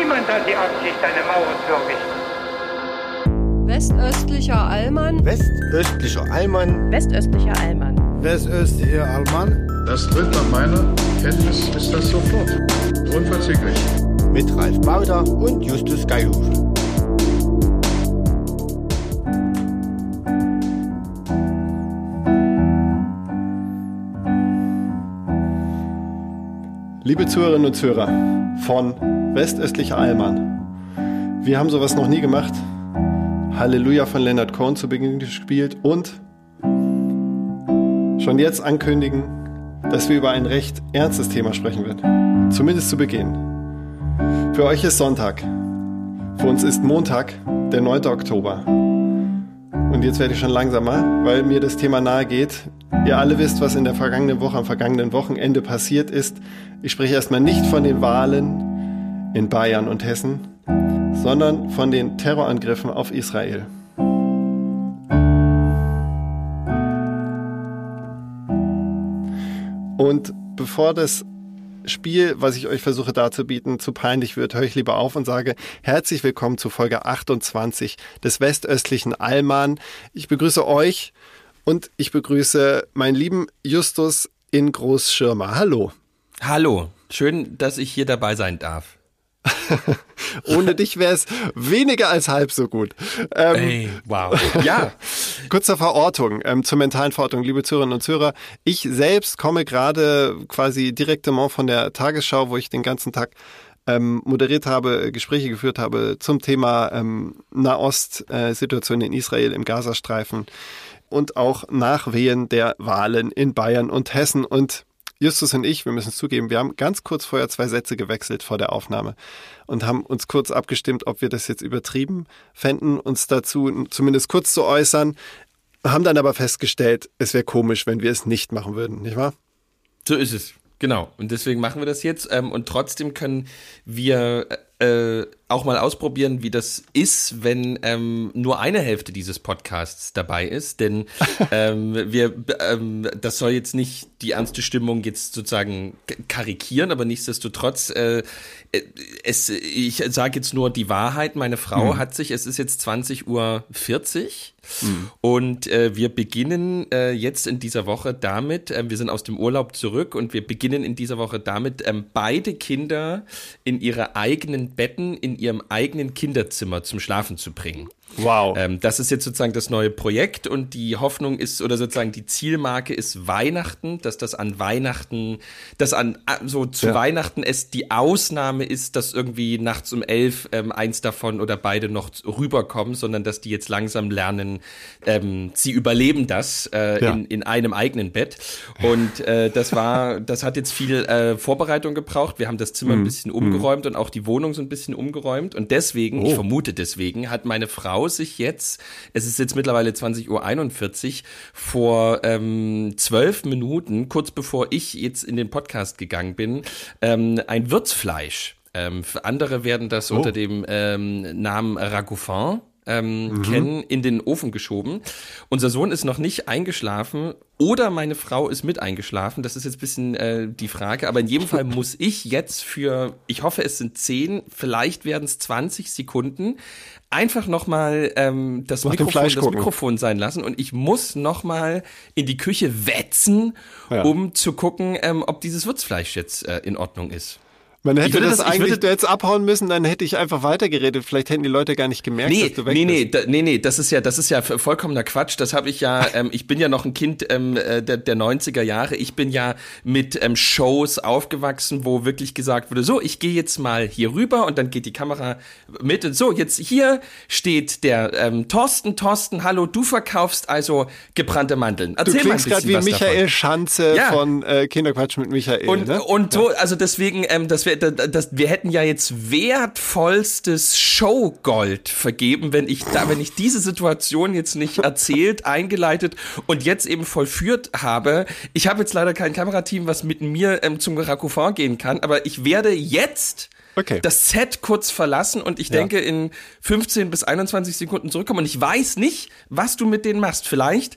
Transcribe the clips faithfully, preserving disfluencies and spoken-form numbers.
Niemand hat die Absicht, eine Mauer zu errichten. Westöstlicher Allmann. Westöstlicher Allmann. Westöstlicher Allmann. Westöstlicher Allmann. Das tritt nach meiner Kenntnis ist das sofort. Unverzüglich. Mit Ralf Bauder und Justus Geilhufe. Liebe Zuhörerinnen und Zuhörer von Westöstlicher Allmann, wir haben sowas noch nie gemacht. Halleluja von Leonard Cohen zu Beginn gespielt und schon jetzt ankündigen, dass wir über ein recht ernstes Thema sprechen werden. Zumindest zu Beginn. Für euch ist Sonntag. Für uns ist Montag, der neunte Oktober. Und jetzt werde ich schon langsamer, weil mir das Thema nahe geht. Ihr alle wisst, was in der vergangenen Woche, am vergangenen Wochenende passiert ist. Ich spreche erstmal nicht von den Wahlen in Bayern und Hessen, sondern von den Terrorangriffen auf Israel. Und bevor das Spiel, was ich euch versuche darzubieten, zu peinlich wird, höre ich lieber auf und sage herzlich willkommen zu Folge achtundzwanzig des Westöstlichen Allmann. Ich begrüße euch und ich begrüße meinen lieben Justus in Großschirmer. Hallo. Hallo, schön, dass ich hier dabei sein darf. Ohne dich wäre es weniger als halb so gut. Ähm, Ey, wow. Ja. Kurz zur Verortung, ähm, zur mentalen Verortung, liebe Zuhörerinnen und Zuhörer. Ich selbst komme gerade quasi direktement von der Tagesschau, wo ich den ganzen Tag ähm, moderiert habe, Gespräche geführt habe zum Thema ähm, Nahost-Situation äh, in Israel, im Gazastreifen und auch Nachwehen der Wahlen in Bayern und Hessen. Und Justus und ich, wir müssen es zugeben, wir haben ganz kurz vorher zwei Sätze gewechselt vor der Aufnahme und haben uns kurz abgestimmt, ob wir das jetzt übertrieben fänden, uns dazu zumindest kurz zu äußern, haben dann aber festgestellt, es wäre komisch, wenn wir es nicht machen würden, nicht wahr? So ist es, genau. Und deswegen machen wir das jetzt. Ähm, und trotzdem können wir äh, auch mal ausprobieren, wie das ist, wenn ähm, nur eine Hälfte dieses Podcasts dabei ist. Denn ähm, wir, ähm, das soll jetzt nicht die ernste Stimmung jetzt sozusagen karikieren, aber nichtsdestotrotz, äh, es, ich sage jetzt nur die Wahrheit. Meine Frau mhm. hat sich, es ist jetzt zwanzig Uhr vierzig mhm. und äh, wir beginnen äh, jetzt in dieser Woche damit, äh, wir sind aus dem Urlaub zurück und wir beginnen in dieser Woche damit, ähm, beide Kinder in ihre eigenen Betten, in ihrem eigenen Kinderzimmer zum Schlafen zu bringen. Wow. Ähm, das ist jetzt sozusagen das neue Projekt und die Hoffnung ist, oder sozusagen die Zielmarke ist Weihnachten, dass das an Weihnachten, dass an so zu ja. Weihnachten es die Ausnahme ist, dass irgendwie nachts um elf ähm, eins davon oder beide noch rüberkommen, sondern dass die jetzt langsam lernen, ähm, sie überleben das äh, ja. in, in einem eigenen Bett. Und äh, das war, das hat jetzt viel äh, Vorbereitung gebraucht. Wir haben das Zimmer mm. ein bisschen umgeräumt mm. und auch die Wohnung so ein bisschen umgeräumt. Und deswegen, oh. ich vermute deswegen, hat meine Frau sich jetzt, es ist jetzt mittlerweile zwanzig Uhr einundvierzig, vor ähm, zwölf Minuten, kurz bevor ich jetzt in den Podcast gegangen bin, ähm, ein Würzfleisch. Ähm, für andere werden das oh. unter dem ähm, Namen Ragoufin ähm, mhm. kennen, in den Ofen geschoben. Unser Sohn ist noch nicht eingeschlafen oder meine Frau ist mit eingeschlafen. Das ist jetzt ein bisschen äh, die Frage. Aber in jedem Fall muss ich jetzt für, ich hoffe es sind zehn, vielleicht werden es zwanzig Sekunden, einfach nochmal ähm, das, Mikrofon, das Mikrofon sein lassen. Und ich muss nochmal in die Küche wetzen, ja. um zu gucken, ähm, ob dieses Würzfleisch jetzt äh, in Ordnung ist. Man hätte das, das eigentlich würde, jetzt abhauen müssen, dann hätte ich einfach weitergeredet. Vielleicht hätten die Leute gar nicht gemerkt, nee, dass du weg nee, bist. Nee, da, nee, nee, das ist ja, das ist ja vollkommener Quatsch. Das habe ich ja, ähm, ich bin ja noch ein Kind ähm, der, der neunziger Jahre. Ich bin ja mit ähm, Shows aufgewachsen, wo wirklich gesagt wurde, so, ich gehe jetzt mal hier rüber und dann geht die Kamera mit und so, jetzt hier steht der ähm, Thorsten, Thorsten, hallo, du verkaufst also gebrannte Mandeln. Erzähl du klingst gerade wie Michael davon. Schanze ja. von äh, Kinderquatsch mit Michael. Und, ne? und so, also deswegen, ähm, das wäre Das, das, wir hätten ja jetzt wertvollstes Showgold vergeben, wenn ich da, wenn ich diese Situation jetzt nicht erzählt, eingeleitet und jetzt eben vollführt habe. Ich habe jetzt leider kein Kamerateam, was mit mir ähm, zum Ragoufin gehen kann, aber ich werde jetzt okay. das Set kurz verlassen und ich ja. denke in fünfzehn bis einundzwanzig Sekunden zurückkommen und ich weiß nicht, was du mit denen machst. Vielleicht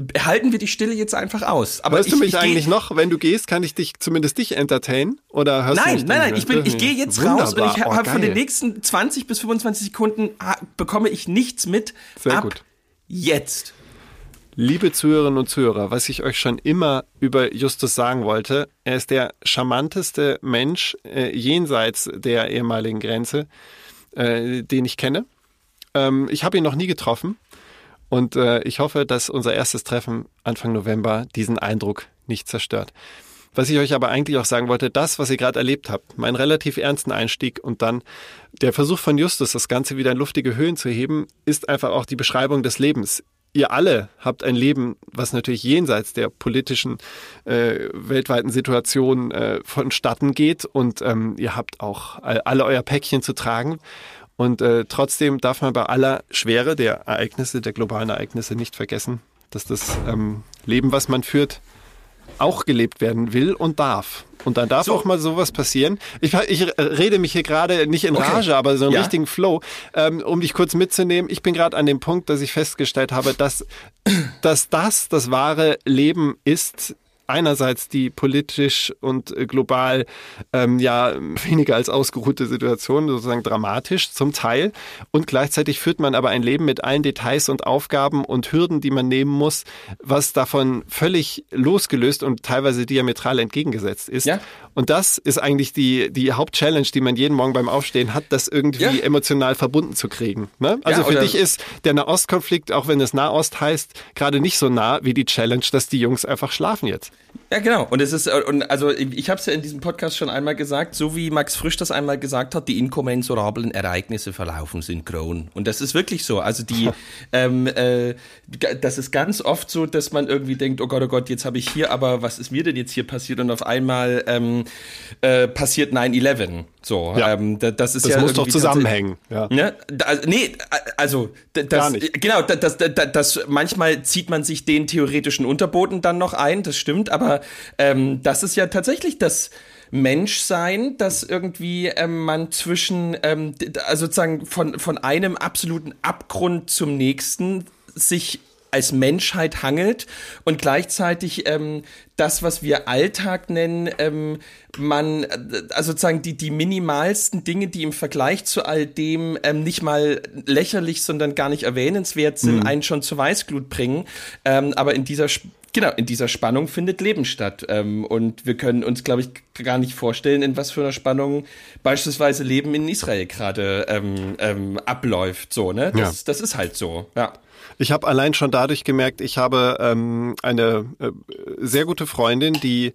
halten wir die Stille jetzt einfach aus. Aber hörst ich, du mich ich eigentlich noch, wenn du gehst, kann ich dich zumindest dich entertainen? Oder hörst nein, du mich nein, nein, ich, bin, ich gehe jetzt Wunderbar. raus und ich habe oh, von den nächsten zwanzig bis fünfundzwanzig Sekunden ah, bekomme ich nichts mit. Sehr ab gut. Jetzt. Liebe Zuhörerinnen und Zuhörer, was ich euch schon immer über Justus sagen wollte, er ist der charmanteste Mensch äh, jenseits der ehemaligen Grenze, äh, den ich kenne. Ähm, ich habe ihn noch nie getroffen und äh, ich hoffe, dass unser erstes Treffen Anfang November diesen Eindruck nicht zerstört. Was ich euch aber eigentlich auch sagen wollte, das, was ihr gerade erlebt habt, meinen relativ ernsten Einstieg und dann der Versuch von Justus, das Ganze wieder in luftige Höhen zu heben, ist einfach auch die Beschreibung des Lebens. Ihr alle habt ein Leben, was natürlich jenseits der politischen äh, weltweiten Situation äh, vonstatten geht und ähm, ihr habt auch alle euer Päckchen zu tragen und äh, trotzdem darf man bei aller Schwere der Ereignisse, der globalen Ereignisse nicht vergessen, dass das ähm, Leben, was man führt, auch gelebt werden will und darf. Und dann darf so. auch mal sowas passieren. Ich, ich rede mich hier gerade nicht in Rage, okay. aber so einen ja. richtigen Flow. Ähm, um dich kurz mitzunehmen, ich bin gerade an dem Punkt, dass ich festgestellt habe, dass, dass das das wahre Leben ist. Einerseits die politisch und global ähm, ja weniger als ausgeruhte Situation, sozusagen dramatisch zum Teil. Und gleichzeitig führt man aber ein Leben mit allen Details und Aufgaben und Hürden, die man nehmen muss, was davon völlig losgelöst und teilweise diametral entgegengesetzt ist. Ja. Und das ist eigentlich die, die Hauptchallenge, die man jeden Morgen beim Aufstehen hat, das irgendwie ja. emotional verbunden zu kriegen. Ne? Also ja, für dich ist der Nahostkonflikt, auch wenn es Nahost heißt, gerade nicht so nah wie die Challenge, dass die Jungs einfach schlafen jetzt. Ja, genau. Und es ist, und also ich habe es ja in diesem Podcast schon einmal gesagt, so wie Max Frisch das einmal gesagt hat, die inkommensurablen Ereignisse verlaufen synchron. Und das ist wirklich so. Also die, ähm, äh, das ist ganz oft so, dass man irgendwie denkt, oh Gott, oh Gott, jetzt habe ich hier, aber was ist mir denn jetzt hier passiert? Und auf einmal ähm, äh, passiert nine eleven. So, ja. ähm, das, das ist das ja muss doch zusammenhängen. Ja. Ne? Da, nee, also das, Gar nicht. genau, das, das, das, das manchmal zieht man sich den theoretischen Unterboden dann noch ein, das stimmt, aber ähm, das ist ja tatsächlich das Menschsein, dass irgendwie ähm, man zwischen, ähm, also sozusagen von, von einem absoluten Abgrund zum nächsten sich als Menschheit hangelt und gleichzeitig ähm, das, was wir Alltag nennen, ähm, man, also sozusagen die, die minimalsten Dinge, die im Vergleich zu all dem ähm, nicht mal lächerlich, sondern gar nicht erwähnenswert sind, mhm. einen schon zur Weißglut bringen. Ähm, aber in dieser Genau, in dieser Spannung findet Leben statt. Ähm, und wir können uns, glaube ich, gar nicht vorstellen, in was für einer Spannung beispielsweise Leben in Israel gerade ähm, ähm, abläuft. So, ne? Das, ja. das ist halt so, ja. Ich habe allein schon dadurch gemerkt, ich habe ähm, eine äh, sehr gute Freundin, die,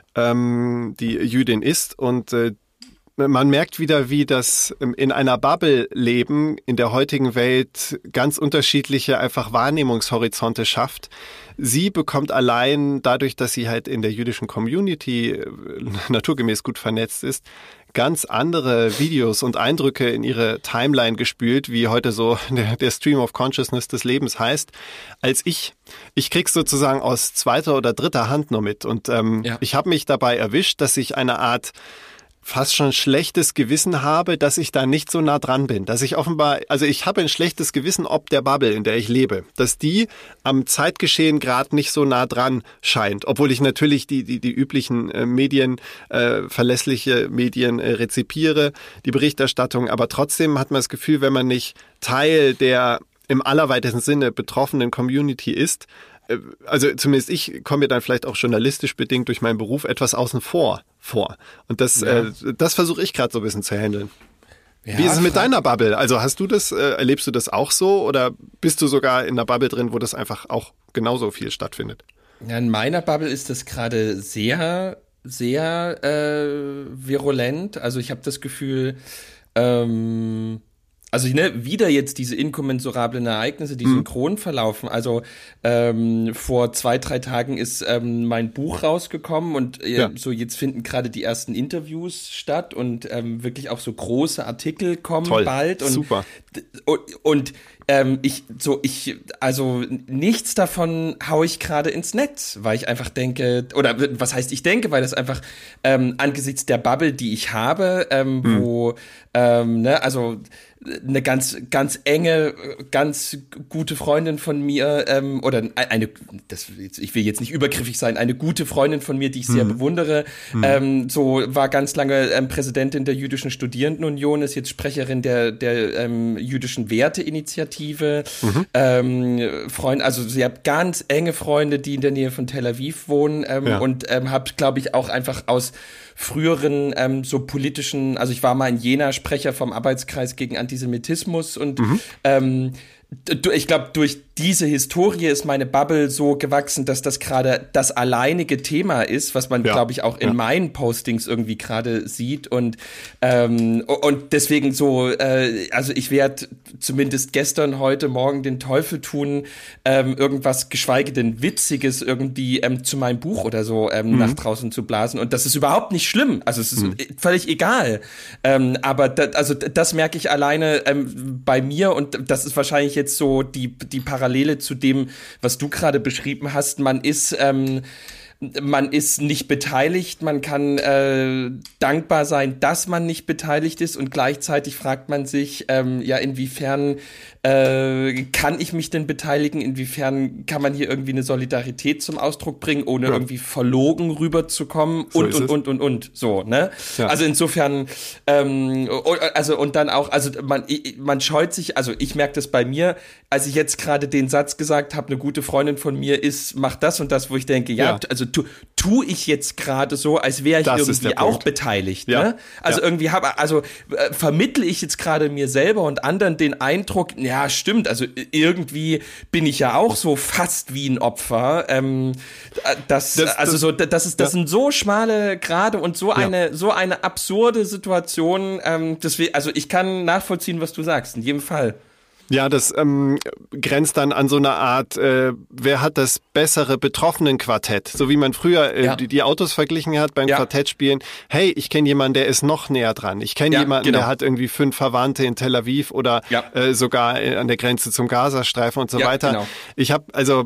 ähm, die Jüdin ist und äh, man merkt wieder, wie das in einer Bubble leben in der heutigen Welt ganz unterschiedliche einfach Wahrnehmungshorizonte schafft. Sie bekommt allein dadurch, dass sie halt in der jüdischen Community naturgemäß gut vernetzt ist, ganz andere Videos und Eindrücke in ihre Timeline gespült, wie heute so der, der Stream of Consciousness des Lebens heißt, als ich. Ich krieg's sozusagen aus zweiter oder dritter Hand nur mit. Und ähm, ja. ich habe mich dabei erwischt, dass ich eine Art fast schon schlechtes Gewissen habe, dass ich da nicht so nah dran bin. Dass ich offenbar, also ich habe ein schlechtes Gewissen ob der Bubble, in der ich lebe. Dass die am Zeitgeschehen gerade nicht so nah dran scheint. Obwohl ich natürlich die die, die üblichen äh, Medien, äh, verlässliche Medien äh, rezipiere, die Berichterstattung. Aber trotzdem hat man das Gefühl, wenn man nicht Teil der im allerweitesten Sinne betroffenen Community ist, also zumindest ich komme mir dann vielleicht auch journalistisch bedingt durch meinen Beruf etwas außen vor vor. Und das, ja. äh, das versuche ich gerade so ein bisschen zu handeln. Ja, Wie ist es mit deiner Bubble? Also hast du das, äh, erlebst du das auch so oder bist du sogar in einer Bubble drin, wo das einfach auch genauso viel stattfindet? Ja, in meiner Bubble ist das gerade sehr, sehr äh, virulent. Also ich habe das Gefühl, ähm, Also ne, wieder jetzt diese inkommensurablen Ereignisse, die synchron verlaufen. Also ähm, vor zwei, drei Tagen ist ähm, mein Buch rausgekommen und äh, ja. so jetzt finden gerade die ersten Interviews statt und ähm, wirklich auch so große Artikel kommen Toll. bald. Und, Super. Und, und ähm, ich, so, ich, also nichts davon haue ich gerade ins Netz, weil ich einfach denke, oder was heißt ich denke, weil das einfach ähm, angesichts der Bubble, die ich habe, ähm, mhm. wo, ähm, ne, also eine ganz, ganz enge, ganz gute Freundin von mir, ähm, oder eine, das, ich will jetzt nicht übergriffig sein, eine gute Freundin von mir, die ich sehr mhm. bewundere, mhm. ähm, so war ganz lange ähm, Präsidentin der Jüdischen Studierendenunion, ist jetzt Sprecherin der, der ähm, Jüdischen Werteinitiative, mhm. ähm, Freund, also sie hat ganz enge Freunde, die in der Nähe von Tel Aviv wohnen, ähm, ja. und ähm, habe, glaube ich, auch einfach aus früheren ähm, so politischen, also ich war mal in Jena Sprecher vom Arbeitskreis gegen Antisemitismus und mhm. ähm, ich glaube, durch diese Historie ist meine Bubble so gewachsen, dass das gerade das alleinige Thema ist, was man, ja. glaube ich, auch in ja. meinen Postings irgendwie gerade sieht. Und ähm, und deswegen so, äh, also ich werde zumindest gestern, heute, morgen den Teufel tun, ähm, irgendwas, geschweige denn Witziges irgendwie ähm, zu meinem Buch oder so ähm, mhm. nach draußen zu blasen. Und das ist überhaupt nicht schlimm. Also es ist mhm. völlig egal. Ähm, aber da, also das merke ich alleine ähm, bei mir und das ist wahrscheinlich jetzt so die die Parallele zu dem, was du gerade beschrieben hast. Man ist ähm, man ist nicht beteiligt, man kann äh, dankbar sein, dass man nicht beteiligt ist und gleichzeitig fragt man sich, ähm, ja, inwiefern äh, kann ich mich denn beteiligen, inwiefern kann man hier irgendwie eine Solidarität zum Ausdruck bringen, ohne ja. irgendwie verlogen rüberzukommen so und, und, und, und, und, so, ne? Ja. Also insofern, ähm, also und dann auch, also man, man scheut sich, also ich merke das bei mir, als ich jetzt gerade den Satz gesagt habe, eine gute Freundin von mir ist, macht das und das, wo ich denke, ja, ja. also tu, tu ich jetzt gerade so, als wäre ich das irgendwie auch Punkt. beteiligt, ja. ne? Also ja. irgendwie habe, also äh, vermittle ich jetzt gerade mir selber und anderen den Eindruck, ja, stimmt, also irgendwie bin ich ja auch so fast wie ein Opfer. Ähm, das, das, also so, das ist, das ja. sind so schmale Grade und so eine, ja. so eine absurde Situation. Ähm, deswegen, also ich kann nachvollziehen, was du sagst, in jedem Fall. Ja, das ähm, grenzt dann an so eine Art, äh, wer hat das bessere Betroffenenquartett? So wie man früher äh, ja. die, die Autos verglichen hat beim ja. Quartettspielen. Hey, ich kenne jemanden, der ist noch näher dran. Ich kenne ja, jemanden, genau. der hat irgendwie fünf Verwandte in Tel Aviv oder ja. äh, sogar äh, an der Grenze zum Gazastreifen und so ja, weiter. Genau. Ich habe also...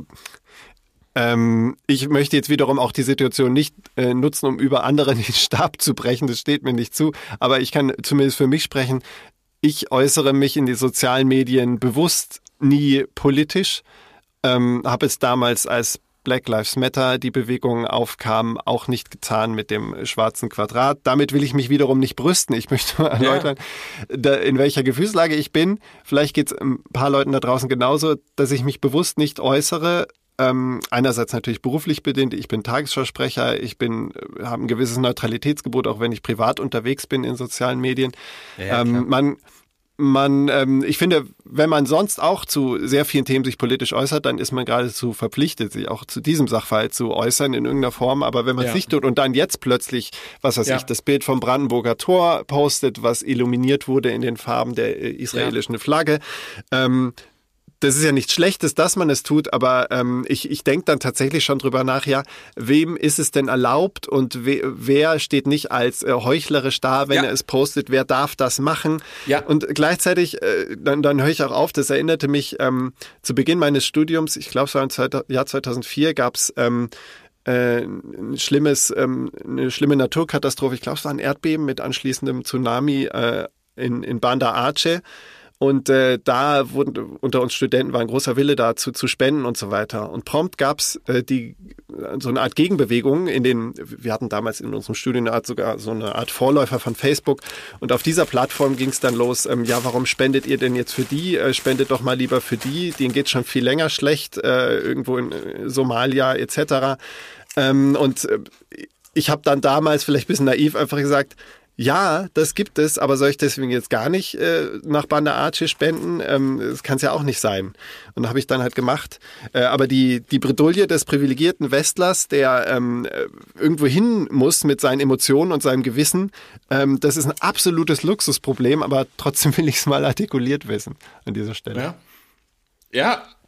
Ähm, ich möchte jetzt wiederum auch die Situation nicht äh, nutzen, um über andere den Stab zu brechen. Das steht mir nicht zu. Aber ich kann zumindest für mich sprechen. Ich äußere mich in die sozialen Medien bewusst nie politisch, ähm, habe es damals, als Black Lives Matter die Bewegung aufkam, auch nicht getan mit dem schwarzen Quadrat. Damit will ich mich wiederum nicht brüsten. Ich möchte mal erläutern, ja. da, in welcher Gefühlslage ich bin. Vielleicht geht es ein paar Leuten da draußen genauso, dass ich mich bewusst nicht äußere. Ähm, einerseits natürlich beruflich bedingt. Ich bin Tagesschausprecher, ich bin, habe ein gewisses Neutralitätsgebot, auch wenn ich privat unterwegs bin in sozialen Medien. Ja, ähm, man, man, ähm, ich finde, wenn man sonst auch zu sehr vielen Themen sich politisch äußert, dann ist man geradezu verpflichtet, sich auch zu diesem Sachverhalt zu äußern in irgendeiner Form. Aber wenn man es ja. nicht tut und dann jetzt plötzlich, was weiß ja. ich, das Bild vom Brandenburger Tor postet, was illuminiert wurde in den Farben der äh, israelischen ja. Flagge, ähm, das ist ja nichts Schlechtes, dass man es tut, aber ähm, ich, ich denke dann tatsächlich schon drüber nach, ja, wem ist es denn erlaubt und we, wer steht nicht als äh, heuchlerisch da, wenn ja. er es postet, wer darf das machen? Ja. Und gleichzeitig, äh, dann, dann höre ich auch auf, das erinnerte mich ähm, zu Beginn meines Studiums, ich glaube es war im Jahr zweitausendvier, gab es ähm, äh, ein schlimmes, ähm, eine schlimme Naturkatastrophe, ich glaube es war ein Erdbeben mit anschließendem Tsunami äh, in, in Banda Aceh. Und äh, da wurden unter uns Studenten war ein großer Wille dazu zu spenden und so weiter. Und prompt gab's äh, die so eine Art Gegenbewegung in den. Wir hatten damals in unserem Studium eine Art, sogar so eine Art Vorläufer von Facebook. Und auf dieser Plattform ging's dann los. Ähm, ja, warum spendet ihr denn jetzt für die? Äh, spendet doch mal lieber für die. Denen geht's schon viel länger schlecht äh, irgendwo in äh, Somalia et cetera. Ähm, und äh, ich habe dann damals vielleicht ein bisschen naiv einfach gesagt. Ja, das gibt es, aber soll ich deswegen jetzt gar nicht äh, nach Banda Aceh spenden? Ähm, das kann es ja auch nicht sein. Und habe ich dann halt gemacht. Äh, aber die die Bredouille des privilegierten Westlers, der ähm, irgendwo hin muss mit seinen Emotionen und seinem Gewissen, ähm, das ist ein absolutes Luxusproblem, aber trotzdem will ich es mal artikuliert wissen an dieser Stelle. Ja. Ja.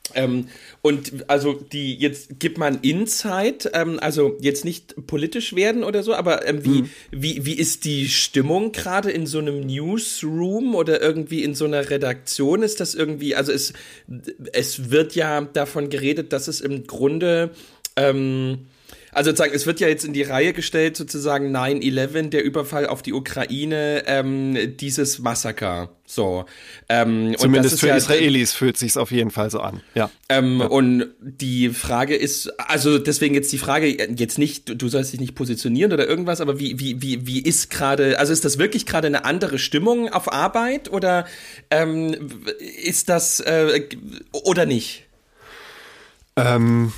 Ähm, und also die, jetzt gibt man Insight, ähm, also jetzt nicht politisch werden oder so, aber ähm, wie, mhm. wie, wie ist die Stimmung gerade in so einem Newsroom oder irgendwie in so einer Redaktion? Ist das irgendwie, also es, es wird ja davon geredet, dass es im Grunde, ähm, also sozusagen, es wird ja jetzt in die Reihe gestellt, sozusagen nine eleven, der Überfall auf die Ukraine, ähm, dieses Massaker. So. Ähm, Zumindest und das ist für ja, Israelis fühlt sich's auf jeden Fall so an. Ja. Ähm, ja. Und die Frage ist, also deswegen jetzt die Frage, jetzt nicht, du sollst dich nicht positionieren oder irgendwas, aber wie, wie, wie, wie ist gerade, also ist das wirklich gerade eine andere Stimmung auf Arbeit oder ähm, ist das äh, oder nicht? Ähm.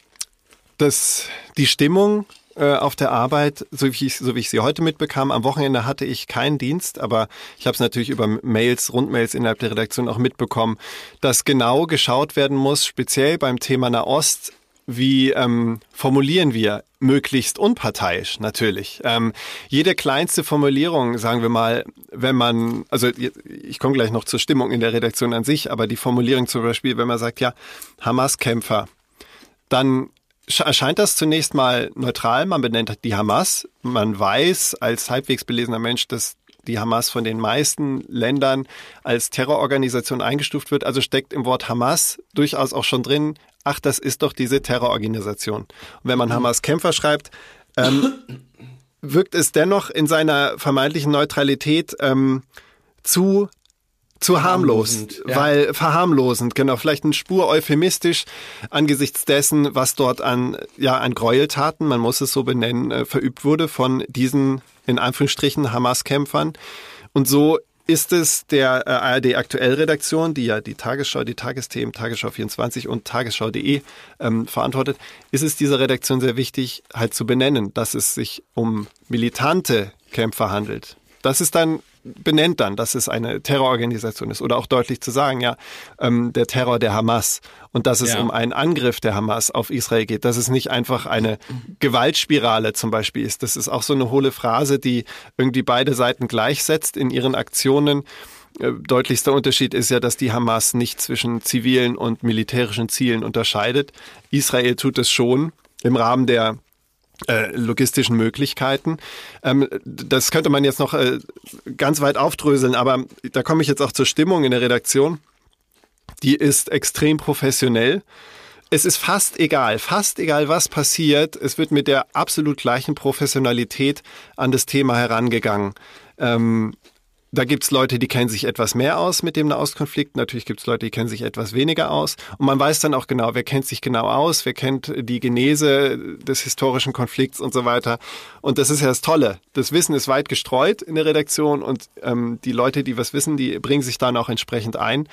Das, die Stimmung äh, auf der Arbeit, so wie, ich, so wie ich sie heute mitbekam, am Wochenende hatte ich keinen Dienst, aber ich habe es natürlich über Mails, Rundmails innerhalb der Redaktion auch mitbekommen, dass genau geschaut werden muss, speziell beim Thema Nahost, wie ähm, formulieren wir möglichst unparteiisch natürlich. Ähm, jede kleinste Formulierung, sagen wir mal, wenn man, also ich komme gleich noch zur Stimmung in der Redaktion an sich, aber die Formulierung zum Beispiel, wenn man sagt, ja, Hamas-Kämpfer, dann erscheint das zunächst mal neutral, man benennt die Hamas, man weiß als halbwegs belesener Mensch, dass die Hamas von den meisten Ländern als Terrororganisation eingestuft wird, also steckt im Wort Hamas durchaus auch schon drin, ach, das ist doch diese Terrororganisation. Und wenn man Hamas-Kämpfer schreibt, ähm, wirkt es dennoch in seiner vermeintlichen Neutralität ähm, zu Zu harmlos, ja. weil verharmlosend, genau, vielleicht eine Spur euphemistisch angesichts dessen, was dort an, ja, an Gräueltaten, man muss es so benennen, äh, verübt wurde von diesen, in Anführungsstrichen, Hamas-Kämpfern. Und so ist es der äh, A R D-Aktuell-Redaktion, die ja die Tagesschau, die Tagesthemen, Tagesschau vierundzwanzig und Tagesschau punkt de ähm, verantwortet, ist es dieser Redaktion sehr wichtig, halt zu benennen, dass es sich um militante Kämpfer handelt. Das ist dann benennt dann, dass es eine Terrororganisation ist oder auch deutlich zu sagen, ja, ähm, der Terror der Hamas und dass es ja. um einen Angriff der Hamas auf Israel geht, dass es nicht einfach eine Gewaltspirale zum Beispiel ist. Das ist auch so eine hohle Phrase, die irgendwie beide Seiten gleichsetzt in ihren Aktionen. Äh, deutlichster Unterschied ist ja, dass die Hamas nicht zwischen zivilen und militärischen Zielen unterscheidet. Israel tut es schon im Rahmen der Äh, logistischen Möglichkeiten. Ähm, das könnte man jetzt noch äh, ganz weit aufdröseln, aber da komme ich jetzt auch zur Stimmung in der Redaktion. Die ist extrem professionell. Es ist fast egal, fast egal, was passiert. Es wird mit der absolut gleichen Professionalität an das Thema herangegangen. Ähm, Da gibt's Leute, die kennen sich etwas mehr aus mit dem Nahostkonflikt. Natürlich gibt's Leute, die kennen sich etwas weniger aus. Und man weiß dann auch genau, wer kennt sich genau aus, wer kennt die Genese des historischen Konflikts und so weiter. Und das ist ja das Tolle. Das Wissen ist weit gestreut in der Redaktion und ähm, die Leute, die was wissen, die bringen sich dann auch entsprechend ein.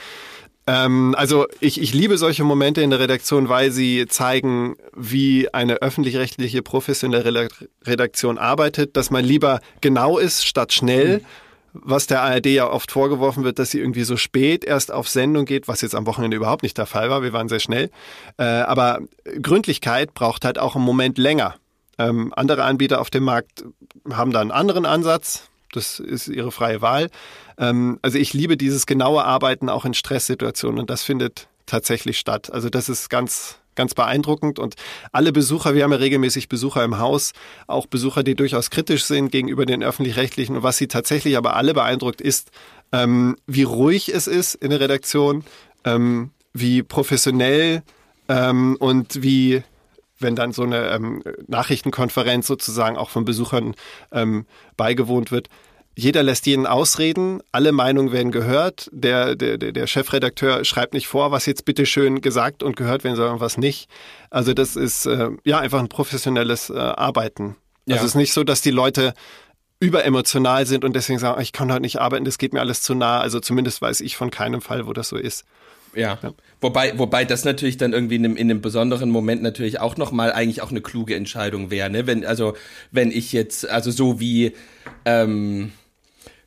Ähm, also ich, ich liebe solche Momente in der Redaktion, weil sie zeigen, wie eine öffentlich-rechtliche professionelle Redaktion arbeitet, dass man lieber genau ist statt schnell. Mhm. Was der A R D ja oft vorgeworfen wird, dass sie irgendwie so spät erst auf Sendung geht, was jetzt am Wochenende überhaupt nicht der Fall war. Wir waren sehr schnell. Äh, aber Gründlichkeit braucht halt auch einen Moment länger. Ähm, andere Anbieter auf dem Markt haben da einen anderen Ansatz. Das ist ihre freie Wahl. Ähm, also ich liebe dieses genaue Arbeiten auch in Stresssituationen und das findet tatsächlich statt. Also das ist ganz... ganz beeindruckend und alle Besucher, wir haben ja regelmäßig Besucher im Haus, auch Besucher, die durchaus kritisch sind gegenüber den Öffentlich-Rechtlichen und was sie tatsächlich aber alle beeindruckt ist, ähm, wie ruhig es ist in der Redaktion, ähm, wie professionell ähm, und wie, wenn dann so eine ähm, Nachrichtenkonferenz sozusagen auch von Besuchern ähm, beigewohnt wird, jeder lässt jeden ausreden, alle Meinungen werden gehört, der, der, der Chefredakteur schreibt nicht vor, was jetzt bitte schön gesagt und gehört werden soll und was nicht. Also das ist äh, ja einfach ein professionelles äh, Arbeiten. Ja. Also es ist nicht so, dass die Leute überemotional sind und deswegen sagen, ich kann heute nicht arbeiten, das geht mir alles zu nah. Also zumindest weiß ich von keinem Fall, wo das so ist. Ja. ja, wobei wobei das natürlich dann irgendwie in einem, in einem besonderen Moment natürlich auch nochmal eigentlich auch eine kluge Entscheidung wäre, ne? Wenn, also wenn ich jetzt, also so wie ähm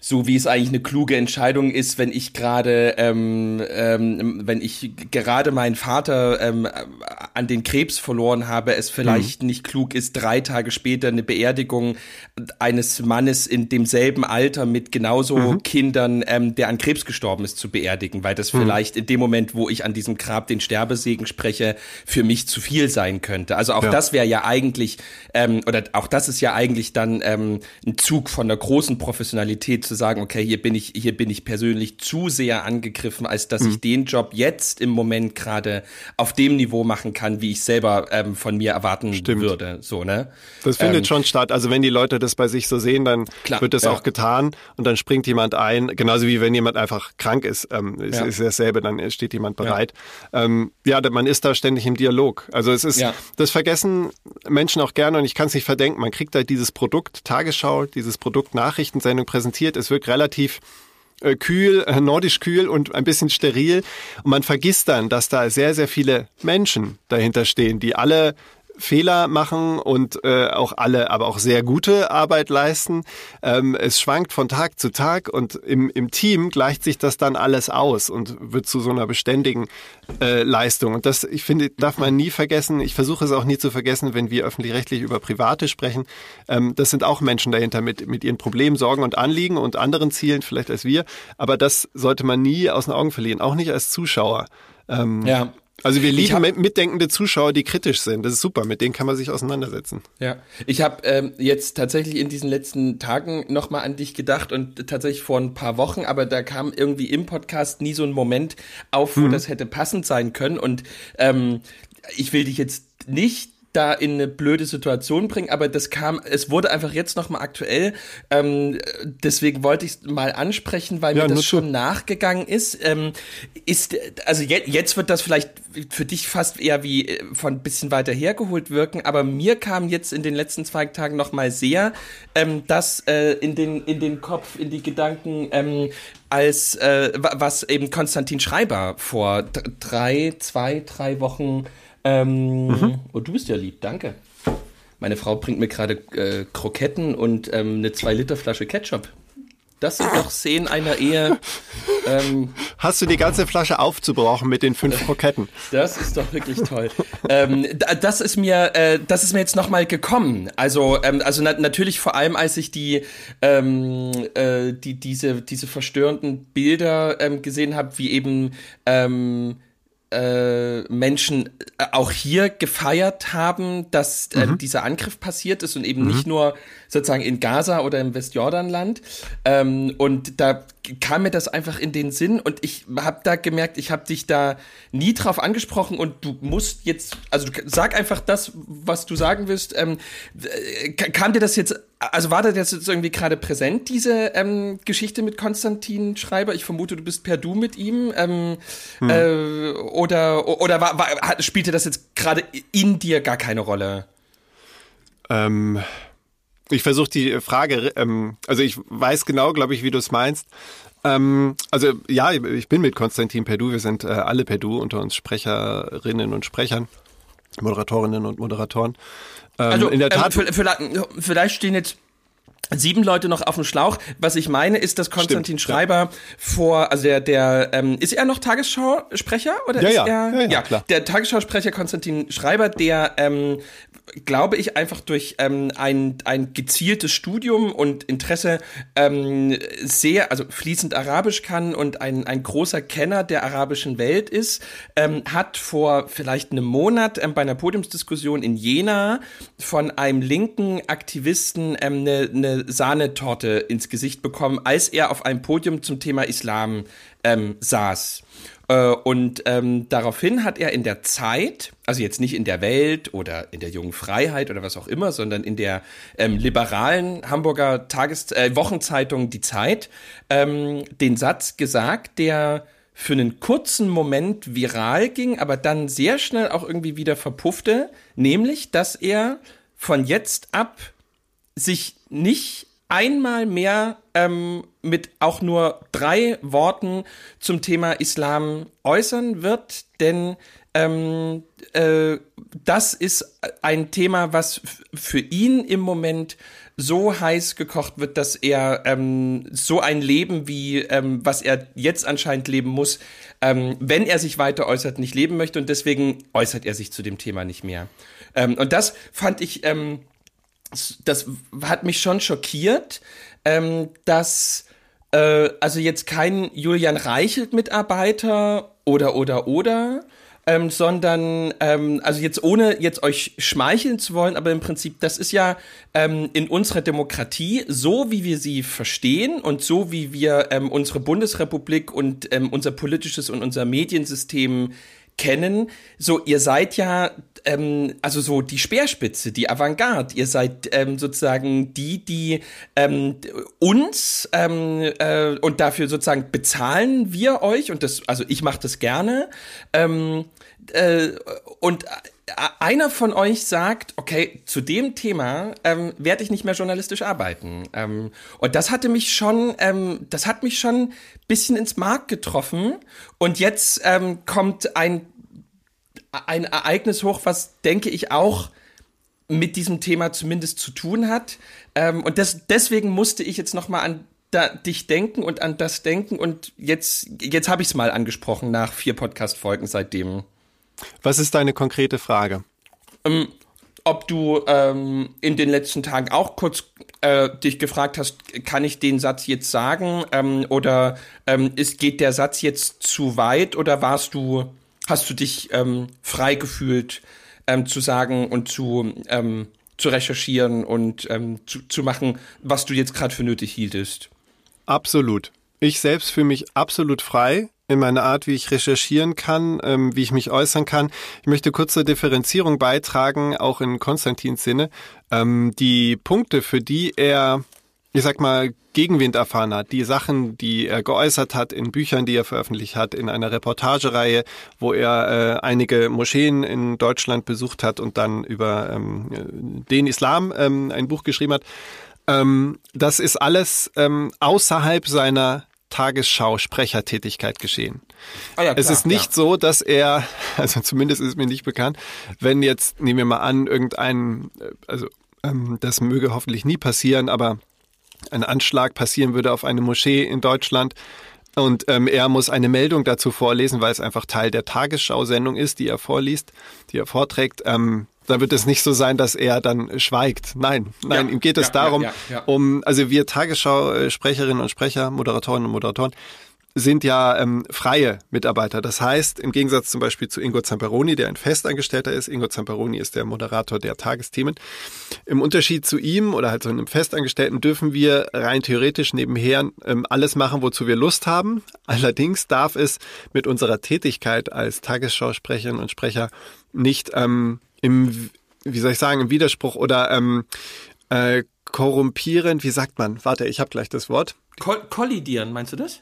So wie es eigentlich eine kluge Entscheidung ist, wenn ich gerade, ähm, ähm, wenn ich gerade meinen Vater ähm, an den Krebs verloren habe, es vielleicht mhm. nicht klug ist, drei Tage später eine Beerdigung eines Mannes in demselben Alter mit genauso mhm. Kindern, ähm, der an Krebs gestorben ist, zu beerdigen, weil das mhm. vielleicht in dem Moment, wo ich an diesem Grab den Sterbesegen spreche, für mich zu viel sein könnte. Also auch ja. das wäre ja eigentlich, ähm, oder auch das ist ja eigentlich dann ähm, ein Zug von einer großen Professionalität, zu sagen, okay, hier bin ich, hier bin ich persönlich zu sehr angegriffen, als dass mhm. ich den Job jetzt im Moment gerade auf dem Niveau machen kann, wie ich selber ähm, von mir erwarten Stimmt. würde. So, ne? Das findet ähm, schon statt. Also wenn die Leute das bei sich so sehen, dann klar, wird das ja. auch getan und dann springt jemand ein. Genauso wie wenn jemand einfach krank ist, ähm, ist, ja. ist dasselbe, dann steht jemand bereit. Ja. Ähm, ja, man ist da ständig im Dialog. Also es ist, ja. das vergessen Menschen auch gerne und ich kann es nicht verdenken. Man kriegt halt dieses Produkt Tagesschau, dieses Produkt Nachrichtensendung präsentiert. Es wirkt relativ äh, kühl, äh, nordisch kühl und ein bisschen steril. Und man vergisst dann, dass da sehr, sehr viele Menschen dahinter stehen, die alle Fehler machen und äh, auch alle, aber auch sehr gute Arbeit leisten. Ähm, es schwankt von Tag zu Tag und im, im Team gleicht sich das dann alles aus und wird zu so einer beständigen äh, Leistung. Und das, ich finde, darf man nie vergessen. Ich versuche es auch nie zu vergessen, wenn wir öffentlich-rechtlich über Private sprechen. Ähm, das sind auch Menschen dahinter mit, mit ihren Problemen, Sorgen und Anliegen und anderen Zielen vielleicht als wir. Aber das sollte man nie aus den Augen verlieren, auch nicht als Zuschauer. Ähm, ja. Also wir lieben hab, mitdenkende Zuschauer, die kritisch sind. Das ist super, mit denen kann man sich auseinandersetzen. Ja, ich habe ähm, jetzt tatsächlich in diesen letzten Tagen nochmal an dich gedacht und tatsächlich vor ein paar Wochen, aber da kam irgendwie im Podcast nie so ein Moment auf, wo mhm. das hätte passend sein können. Und ähm, ich will dich jetzt nicht da in eine blöde Situation bringen, aber das kam, es wurde einfach jetzt nochmal aktuell, ähm, deswegen wollte ich es mal ansprechen, weil ja, mir das schon so. nachgegangen ist. Ähm, ist, also je, jetzt wird das vielleicht für dich fast eher wie von ein bisschen weiter hergeholt wirken, aber mir kam jetzt in den letzten zwei Tagen nochmal sehr ähm, das äh, in den, in den Kopf, in die Gedanken, ähm, als äh, was eben Konstantin Schreiber vor d- drei, zwei, drei Wochen Ähm, mhm. Oh, du bist ja lieb, danke. Meine Frau bringt mir gerade äh, Kroketten und ähm, eine zwei Liter Flasche Ketchup. Das sind doch Szenen einer Ehe. Ähm, Hast du die ganze Flasche aufzubrauchen mit den fünf Kroketten? Das ist doch wirklich toll. ähm, das ist mir, äh, das ist mir jetzt nochmal gekommen. Also, ähm, also na- natürlich vor allem, als ich die, ähm, äh, die diese diese verstörenden Bilder ähm, gesehen habe, wie eben ähm, Äh, Menschen auch hier gefeiert haben, dass äh, mhm. dieser Angriff passiert ist und eben mhm. nicht nur sozusagen in Gaza oder im Westjordanland. Ähm, und da kam mir das einfach in den Sinn und ich habe da gemerkt, ich habe dich da nie drauf angesprochen und du musst jetzt, also du, sag einfach das, was du sagen willst. Ähm, kam dir das jetzt, also war das jetzt irgendwie gerade präsent, diese ähm, Geschichte mit Konstantin Schreiber? Ich vermute, du bist per Du mit ihm. Ähm, hm. äh, oder oder war, war, spielte das jetzt gerade in dir gar keine Rolle? Ähm, ich versuche die Frage, ähm, also ich weiß genau, glaube ich, wie du es meinst. Ähm, also ja, ich bin mit Konstantin per Du, wir sind äh, alle per Du unter uns Sprecherinnen und Sprechern, Moderatorinnen und Moderatoren. Ähm, also in der Tat, ähm, vielleicht, vielleicht stehen jetzt sieben Leute noch auf dem Schlauch. Was ich meine, ist, dass Konstantin Stimmt, Schreiber ja. vor, also der, der, ähm, ist er noch Tagesschausprecher? Oder ja, ist ja. er? Ja, ja, ja, klar. Der Tagesschausprecher Konstantin Schreiber, der, ähm, glaube ich, einfach durch ähm, ein, ein gezieltes Studium und Interesse ähm, sehr, also fließend Arabisch kann und ein, ein großer Kenner der arabischen Welt ist, ähm, hat vor vielleicht einem Monat ähm, bei einer Podiumsdiskussion in Jena von einem linken Aktivisten ähm, eine, eine Sahnetorte ins Gesicht bekommen, als er auf einem Podium zum Thema Islam ähm, saß. Und ähm, daraufhin hat er in der Zeit, also jetzt nicht in der Welt oder in der Jungen Freiheit oder was auch immer, sondern in der ähm, liberalen Hamburger Tages- äh, Wochenzeitung Die Zeit, ähm, den Satz gesagt, der für einen kurzen Moment viral ging, aber dann sehr schnell auch irgendwie wieder verpuffte, nämlich, dass er von jetzt ab sich nicht einmal mehr ähm, mit auch nur drei Worten zum Thema Islam äußern wird, denn ähm, äh, das ist ein Thema, was f- für ihn im Moment so heiß gekocht wird, dass er ähm, so ein Leben wie, ähm, was er jetzt anscheinend leben muss, ähm, wenn er sich weiter äußert, nicht leben möchte und deswegen äußert er sich zu dem Thema nicht mehr. Ähm, und das fand ich, ähm, das hat mich schon schockiert, ähm, dass äh, also jetzt kein Julian Reichelt-Mitarbeiter oder, oder, oder, Ähm, sondern, ähm, also jetzt ohne jetzt euch schmeicheln zu wollen, aber im Prinzip, das ist ja ähm, in unserer Demokratie, so wie wir sie verstehen und so wie wir ähm, unsere Bundesrepublik und ähm, unser politisches und unser Mediensystem kennen, so ihr seid ja ähm, also so die Speerspitze, die Avantgarde, ihr seid ähm, sozusagen die, die ähm, uns ähm, äh, und dafür sozusagen bezahlen wir euch und das, also ich mache das gerne ähm, äh, und einer von euch sagt, okay, zu dem Thema ähm, werde ich nicht mehr journalistisch arbeiten. Ähm, und das hatte mich schon, ähm, das hat mich schon ein bisschen ins Mark getroffen. Und jetzt ähm, kommt ein, ein Ereignis hoch, was, denke ich, auch mit diesem Thema zumindest zu tun hat. Ähm, und das, deswegen musste ich jetzt noch mal an da, dich denken und an das denken. Und jetzt, jetzt habe ich es mal angesprochen nach vier Podcast-Folgen seitdem. Was ist deine konkrete Frage? Ähm, ob du ähm, in den letzten Tagen auch kurz äh, dich gefragt hast, kann ich den Satz jetzt sagen ähm, oder ähm, ist, geht der Satz jetzt zu weit oder warst du, hast du dich ähm, frei gefühlt ähm, zu sagen und zu, ähm, zu recherchieren und ähm, zu, zu machen, was du jetzt gerade für nötig hieltest? Absolut. Ich selbst fühle mich absolut frei in meiner Art, wie ich recherchieren kann, ähm, wie ich mich äußern kann. Ich möchte kurz zur Differenzierung beitragen, auch in Konstantins Sinne. Ähm, die Punkte, für die er, ich sag mal, Gegenwind erfahren hat, die Sachen, die er geäußert hat in Büchern, die er veröffentlicht hat, in einer Reportagereihe, wo er äh, einige Moscheen in Deutschland besucht hat und dann über ähm, den Islam ähm, ein Buch geschrieben hat. Ähm, das ist alles ähm, außerhalb seiner Tagesschau-Sprechertätigkeit geschehen. Ah ja, klar, es ist nicht ja. so, dass er, also zumindest ist es mir nicht bekannt, wenn jetzt, nehmen wir mal an, irgendein, also ähm, das möge hoffentlich nie passieren, aber ein Anschlag passieren würde auf eine Moschee in Deutschland und ähm, er muss eine Meldung dazu vorlesen, weil es einfach Teil der Tagesschau-Sendung ist, die er vorliest, die er vorträgt, ähm, dann wird es nicht so sein, dass er dann schweigt. Nein, nein, ja, ihm geht es ja, darum, ja, ja, ja. um, also wir Tagesschau-Sprecherinnen und Sprecher, Moderatorinnen und Moderatoren, sind ja ähm, freie Mitarbeiter. Das heißt, im Gegensatz zum Beispiel zu Ingo Zamperoni, der ein Festangestellter ist, Ingo Zamperoni ist der Moderator der Tagesthemen, im Unterschied zu ihm oder halt so einem Festangestellten dürfen wir rein theoretisch nebenher ähm, alles machen, wozu wir Lust haben. Allerdings darf es mit unserer Tätigkeit als Tagesschausprecherinnen und Sprecher nicht ähm, im, wie soll ich sagen, im Widerspruch oder ähm, äh, korrumpierend, wie sagt man? Warte, ich habe gleich das Wort. Koll- kollidieren, meinst du das?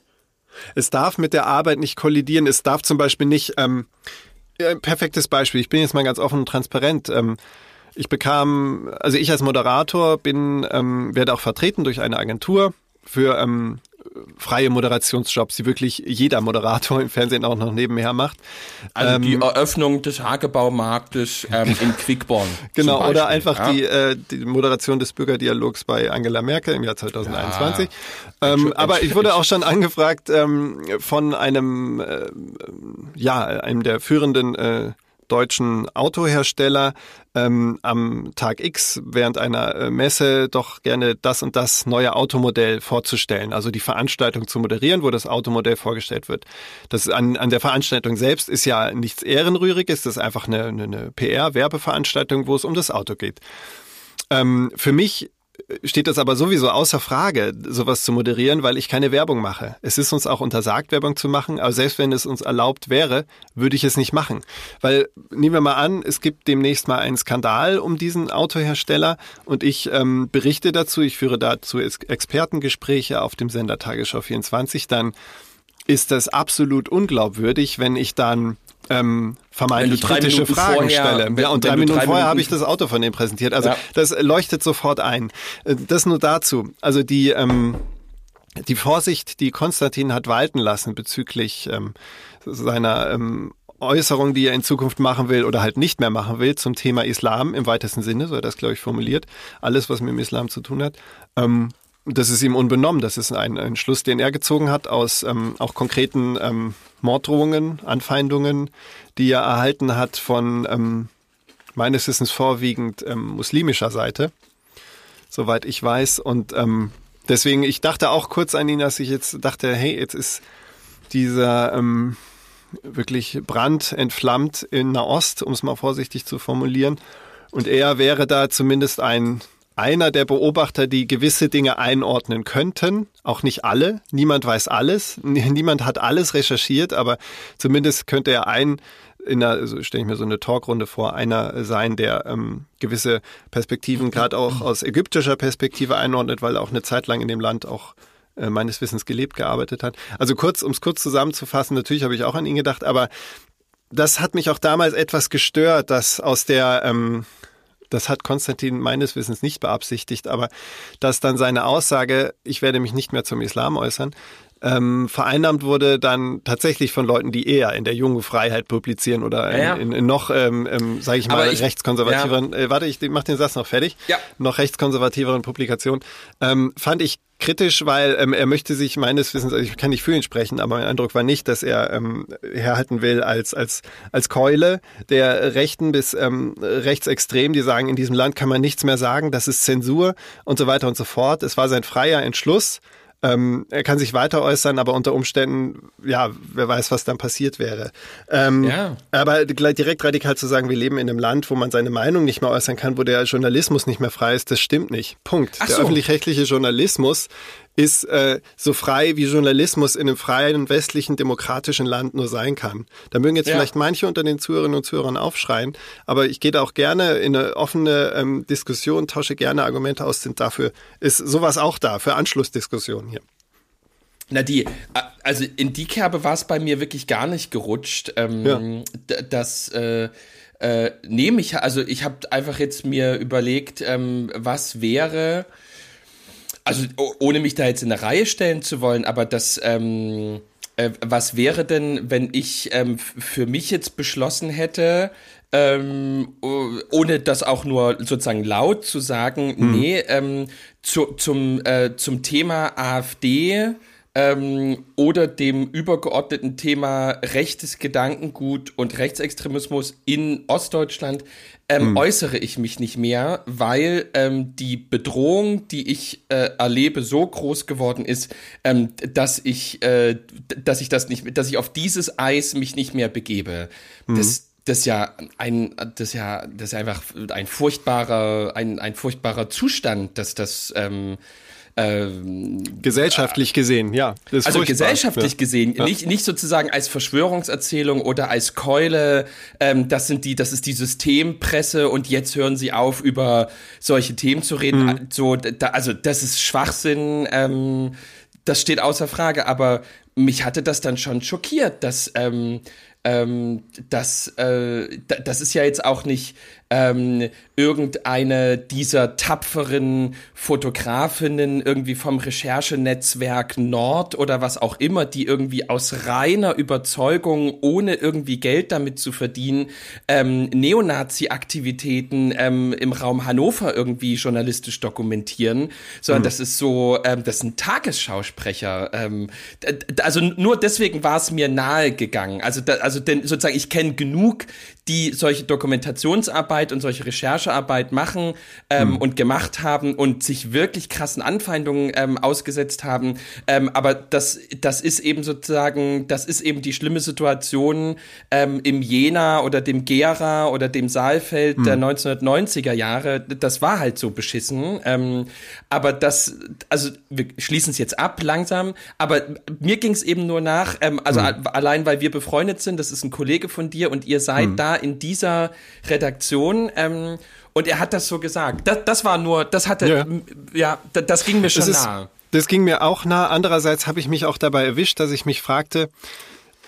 Es darf mit der Arbeit nicht kollidieren. Es darf zum Beispiel nicht, ähm, ja, perfektes Beispiel, ich bin jetzt mal ganz offen und transparent. Ähm, ich bekam, also ich als Moderator bin, ähm, werde auch vertreten durch eine Agentur für ähm, freie Moderationsjobs, die wirklich jeder Moderator im Fernsehen auch noch nebenher macht. Also ähm, die Eröffnung des Hagebaumarktes ähm, in Quickborn. Genau, oder einfach ja. die, äh, die Moderation des Bürgerdialogs bei Angela Merkel im Jahr zwanzig einundzwanzig. Ja. Ähm, aber ich wurde auch schon angefragt ähm, von einem, äh, ja, einem der führenden äh, deutschen Autohersteller ähm, am Tag X während einer äh, Messe doch gerne das und das neue Automodell vorzustellen, also die Veranstaltung zu moderieren, wo das Automodell vorgestellt wird. Das an, an der Veranstaltung selbst ist ja nichts Ehrenrühriges, das ist einfach eine, eine, eine P R-Werbeveranstaltung, wo es um das Auto geht. Ähm, für mich steht das aber sowieso außer Frage, sowas zu moderieren, weil ich keine Werbung mache. Es ist uns auch untersagt, Werbung zu machen, aber selbst wenn es uns erlaubt wäre, würde ich es nicht machen. Weil, nehmen wir mal an, es gibt demnächst mal einen Skandal um diesen Autohersteller und ich ähm, berichte dazu, ich führe dazu Expertengespräche auf dem Sender Tagesschau vierundzwanzig, dann ist das absolut unglaubwürdig, wenn ich dann ähm, vermeintlich kritische Fragen vorher, stelle. Wenn, ja, und drei Minuten drei vorher habe ich das Auto von dem präsentiert. Also ja. das leuchtet sofort ein. Das nur dazu. Also die ähm, die Vorsicht, die Konstantin hat walten lassen bezüglich ähm, seiner ähm, Äußerungen, die er in Zukunft machen will oder halt nicht mehr machen will zum Thema Islam im weitesten Sinne, so hat er das, glaube ich, formuliert. Alles, was mit dem Islam zu tun hat. Ähm, das ist ihm unbenommen. Das ist ein, ein Schluss, den er gezogen hat aus ähm, auch konkreten ähm, Morddrohungen, Anfeindungen, die er erhalten hat von ähm, meines Wissens vorwiegend ähm, muslimischer Seite, soweit ich weiß. Und ähm, deswegen, ich dachte auch kurz an ihn, dass ich jetzt dachte, hey, jetzt ist dieser ähm, wirklich Brand entflammt in Nahost, um es mal vorsichtig zu formulieren. Und er wäre da zumindest ein einer der Beobachter, die gewisse Dinge einordnen könnten. Auch nicht alle. Niemand weiß alles. Niemand hat alles recherchiert, aber zumindest könnte er ein, in einer, also stelle ich mir so eine Talkrunde vor, einer sein, der ähm, gewisse Perspektiven gerade auch aus ägyptischer Perspektive einordnet, weil er auch eine Zeit lang in dem Land auch äh, meines Wissens gelebt, gearbeitet hat. Also kurz, um es kurz zusammenzufassen, natürlich habe ich auch an ihn gedacht, aber das hat mich auch damals etwas gestört, dass aus der ähm, das hat Konstantin meines Wissens nicht beabsichtigt, aber dass dann seine Aussage, ich werde mich nicht mehr zum Islam äußern, ähm, vereinnahmt wurde dann tatsächlich von Leuten, die eher in der jungen Freiheit publizieren oder in, ja, ja. in, in noch, ähm, ähm, sage ich mal, ich, rechtskonservativeren, ja. äh, warte, ich mach den Satz noch fertig, ja. noch rechtskonservativeren Publikationen, ähm, fand ich kritisch, weil ähm, er möchte sich meines Wissens, also ich kann nicht für ihn sprechen, aber mein Eindruck war nicht, dass er ähm, herhalten will als als als Keule der Rechten bis ähm, rechtsextrem, die sagen, in diesem Land kann man nichts mehr sagen, das ist Zensur und so weiter und so fort. Es war sein freier Entschluss. Ähm, er kann sich weiter äußern, aber unter Umständen, ja, wer weiß, was dann passiert wäre. Ähm, ja. Aber direkt radikal zu sagen, wir leben in einem Land, wo man seine Meinung nicht mehr äußern kann, wo der Journalismus nicht mehr frei ist, das stimmt nicht. Punkt. Ach der so. öffentlich-rechtliche Journalismus ist äh, so frei, wie Journalismus in einem freien, westlichen, demokratischen Land nur sein kann. Da mögen jetzt ja. vielleicht manche unter den Zuhörerinnen und Zuhörern aufschreien, aber ich gehe da auch gerne in eine offene ähm, Diskussion, tausche gerne Argumente aus, sind dafür, ist sowas auch da, für Anschlussdiskussionen hier. Na die, also in die Kerbe war es bei mir wirklich gar nicht gerutscht, ähm, ja. das äh, äh, nehme ich, also ich habe einfach jetzt mir überlegt, ähm, was wäre, also ohne mich da jetzt in eine Reihe stellen zu wollen, aber das, ähm, äh, was wäre denn, wenn ich ähm, für mich jetzt beschlossen hätte, ähm, ohne das auch nur sozusagen laut zu sagen, mhm. nee, ähm, zu, zum, äh, zum Thema AfD ähm, oder dem übergeordneten Thema rechtes Gedankengut und Rechtsextremismus in Ostdeutschland ähm, hm. äußere ich mich nicht mehr, weil ähm, die Bedrohung, die ich äh, erlebe, so groß geworden ist, ähm, dass ich, äh, dass ich das nicht, dass ich auf dieses Eis mich nicht mehr begebe. Hm. Das Das ist ja ein, das ist ja, das ist einfach ein furchtbarer, ein, ein furchtbarer Zustand, dass das ähm, ähm, gesellschaftlich gesehen, ja. Das ist also furchtbar. gesellschaftlich ja. gesehen, ja. nicht nicht sozusagen als Verschwörungserzählung oder als Keule. Ähm, das sind die, das ist die Systempresse und jetzt hören sie auf, über solche Themen zu reden. Mhm. So, da, also das ist Schwachsinn. Ähm, das steht außer Frage. Aber mich hatte das dann schon schockiert, dass ähm, Ähm, das, äh, das ist ja jetzt auch nicht ähm, irgendeine dieser tapferen Fotografinnen irgendwie vom Recherchenetzwerk Nord oder was auch immer, die irgendwie aus reiner Überzeugung, ohne irgendwie Geld damit zu verdienen, ähm, Neonazi-Aktivitäten ähm, im Raum Hannover irgendwie journalistisch dokumentieren, sondern mhm. das ist so, ähm, das sind Tagesschausprecher. Ähm, also nur deswegen war es mir nahe gegangen. Also, da, also denn sozusagen, ich kenne genug, die solche Dokumentationsarbeit und solche Recherchearbeit machen ähm, mhm. und gemacht haben und sich wirklich krassen Anfeindungen ähm, ausgesetzt haben. Ähm, aber das, das ist eben sozusagen, das ist eben die schlimme Situation ähm, im Jena oder dem Gera oder dem Saalfeld mhm. der neunzehnhundertneunziger Jahre. Das war halt so beschissen. Ähm, aber das, also wir schließen es jetzt ab langsam, aber mir ging es eben nur nach, ähm, also mhm. allein weil wir befreundet sind, das ist ein Kollege von dir und ihr seid mhm. da in dieser Redaktion ähm, und er hat das so gesagt. Das, das war nur, das hatte, ja, ja das, das ging mir schon das ist, nahe. Das ging mir auch nah. Andererseits habe ich mich auch dabei erwischt, dass ich mich fragte,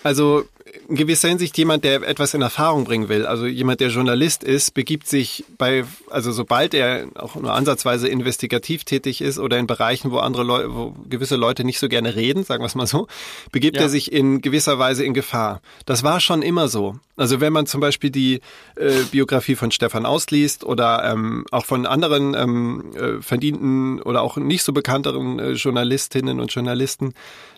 Also in gewisser Hinsicht jemand, der etwas in Erfahrung bringen will, also jemand, der Journalist ist, begibt sich bei, also sobald er auch nur ansatzweise investigativ tätig ist oder in Bereichen, wo andere Leute, wo gewisse Leute nicht so gerne reden, sagen wir es mal so, begibt ja. er sich in gewisser Weise in Gefahr. Das war schon immer so. Also wenn man zum Beispiel die äh, Biografie von Stefan Aust liest oder ähm, auch von anderen ähm, äh, verdienten oder auch nicht so bekannteren äh, Journalistinnen und Journalisten,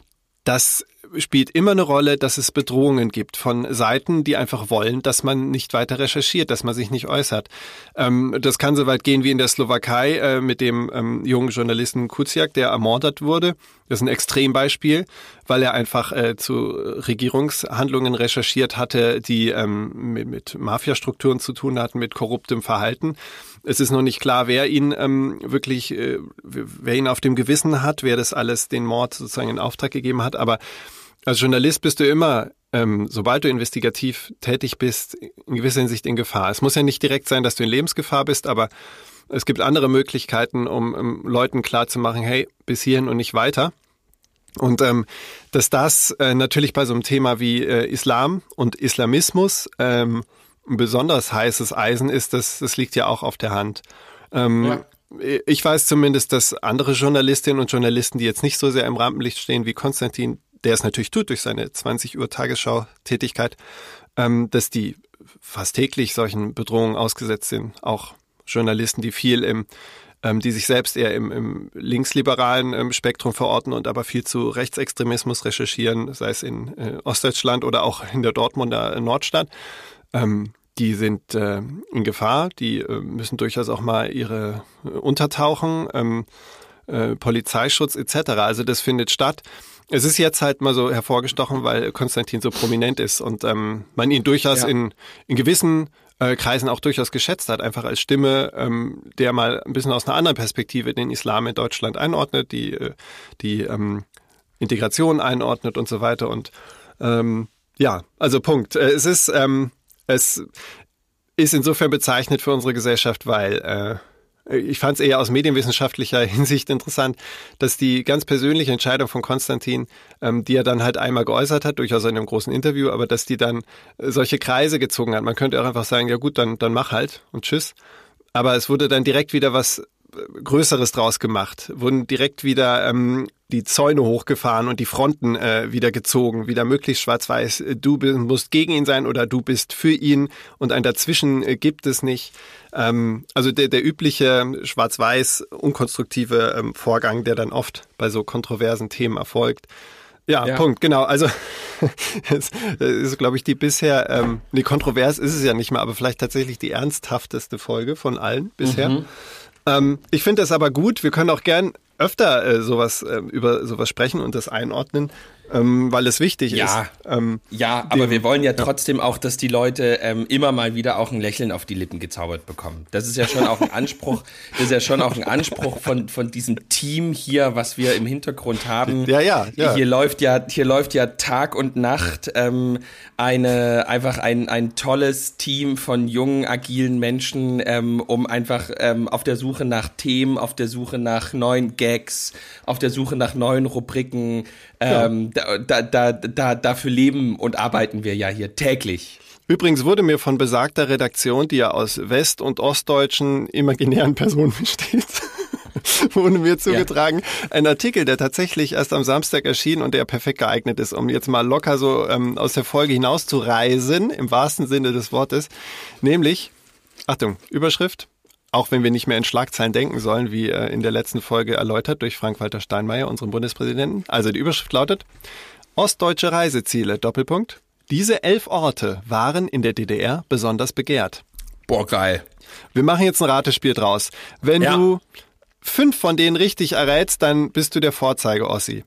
das spielt immer eine Rolle, dass es Bedrohungen gibt von Seiten, die einfach wollen, dass man nicht weiter recherchiert, dass man sich nicht äußert. Ähm, das kann so weit gehen wie in der Slowakei äh, mit dem ähm, jungen Journalisten Kuciak, der ermordet wurde. Das ist ein Extrembeispiel, weil er einfach äh, zu Regierungshandlungen recherchiert hatte, die ähm, mit, mit Mafiastrukturen zu tun hatten, mit korruptem Verhalten. Es ist noch nicht klar, wer ihn ähm, wirklich, äh, wer ihn auf dem Gewissen hat, wer das alles, den Mord sozusagen in Auftrag gegeben hat. Aber als Journalist bist du immer, ähm, sobald du investigativ tätig bist, in gewisser Hinsicht in Gefahr. Es muss ja nicht direkt sein, dass du in Lebensgefahr bist, aber es gibt andere Möglichkeiten, um, um Leuten klarzumachen, hey, bis hierhin und nicht weiter. Und ähm, dass das äh, natürlich bei so einem Thema wie äh, Islam und Islamismus ähm, ein besonders heißes Eisen ist, das, das liegt ja auch auf der Hand. Ähm, ja. Ich weiß zumindest, dass andere Journalistinnen und Journalisten, die jetzt nicht so sehr im Rampenlicht stehen wie Konstantin, der es natürlich tut durch seine zwanzig Uhr Tagesschau-Tätigkeit, ähm, dass die fast täglich solchen Bedrohungen ausgesetzt sind. Auch Journalisten, die viel im, ähm, die sich selbst eher im, im linksliberalen ähm, Spektrum verorten und aber viel zu Rechtsextremismus recherchieren, sei es in äh, Ostdeutschland oder auch in der Dortmunder Nordstadt. Ähm, die sind äh, in Gefahr, die äh, müssen durchaus auch mal ihre äh, untertauchen, ähm, äh, Polizeischutz et cetera. Also das findet statt. Es ist jetzt halt mal so hervorgestochen, weil Konstantin so prominent ist und ähm, man ihn durchaus ja. in, in gewissen äh, Kreisen auch durchaus geschätzt hat, einfach als Stimme, ähm, der mal ein bisschen aus einer anderen Perspektive den Islam in Deutschland einordnet, die, äh, die ähm, Integration einordnet und so weiter. Und ähm, ja, also Punkt. Äh, es ist, ähm, es ist insofern bezeichnet für unsere Gesellschaft, weil äh, ich fand es eher aus medienwissenschaftlicher Hinsicht interessant, dass die ganz persönliche Entscheidung von Konstantin, ähm, die er dann halt einmal geäußert hat, durchaus in einem großen Interview, aber dass die dann äh, solche Kreise gezogen hat. Man könnte auch einfach sagen, ja gut, dann, dann mach halt und tschüss. Aber es wurde dann direkt wieder was Größeres draus gemacht, wurden direkt wieder ähm, die Zäune hochgefahren und die Fronten äh, wieder gezogen, wieder möglichst schwarz-weiß. Du musst gegen ihn sein oder du bist für ihn und ein Dazwischen äh, gibt es nicht. Ähm, also der, der übliche schwarz-weiß unkonstruktive ähm, Vorgang, der dann oft bei so kontroversen Themen erfolgt. Ja, ja. Punkt, genau. Also das ist, glaube ich, die bisher, ähm, nee, kontrovers ist es ja nicht mehr, aber vielleicht tatsächlich die ernsthafteste Folge von allen bisher. Mhm. Ähm, ich finde das aber gut. Wir können auch gern öfter äh, sowas äh, über sowas sprechen und das einordnen, ähm, weil es wichtig ja. ist. Ähm, ja, aber dem, wir wollen ja, ja trotzdem auch, dass die Leute ähm, immer mal wieder auch ein Lächeln auf die Lippen gezaubert bekommen. Das ist ja schon auch ein Anspruch, das ist ja schon auch ein Anspruch von von diesem Team hier, was wir im Hintergrund haben. Ja, ja, ja. Hier läuft ja, hier läuft ja Tag und Nacht ähm, eine einfach ein ein tolles Team von jungen, agilen Menschen, ähm, um einfach ähm, auf der Suche nach Themen, auf der Suche nach neuen Gags, auf der Suche nach neuen Rubriken. Ähm, ja. da, da, da, dafür leben und arbeiten wir ja hier täglich. Übrigens wurde mir von besagter Redaktion, die ja aus west- und ostdeutschen imaginären Personen besteht, wurde mir zugetragen, ja. ein Artikel, der tatsächlich erst am Samstag erschien und der perfekt geeignet ist, um jetzt mal locker so ähm, aus der Folge hinauszureisen, im wahrsten Sinne des Wortes, nämlich, Achtung, Überschrift, auch wenn wir nicht mehr in Schlagzeilen denken sollen, wie äh, in der letzten Folge erläutert durch Frank-Walter Steinmeier, unseren Bundespräsidenten. Also die Überschrift lautet, Ostdeutsche Reiseziele, Doppelpunkt. Diese elf Orte waren in der D D R besonders begehrt. Boah, geil. Wir machen jetzt ein Ratespiel draus. Wenn ja. du fünf von denen richtig errätst, dann bist du der Vorzeige-Ossi.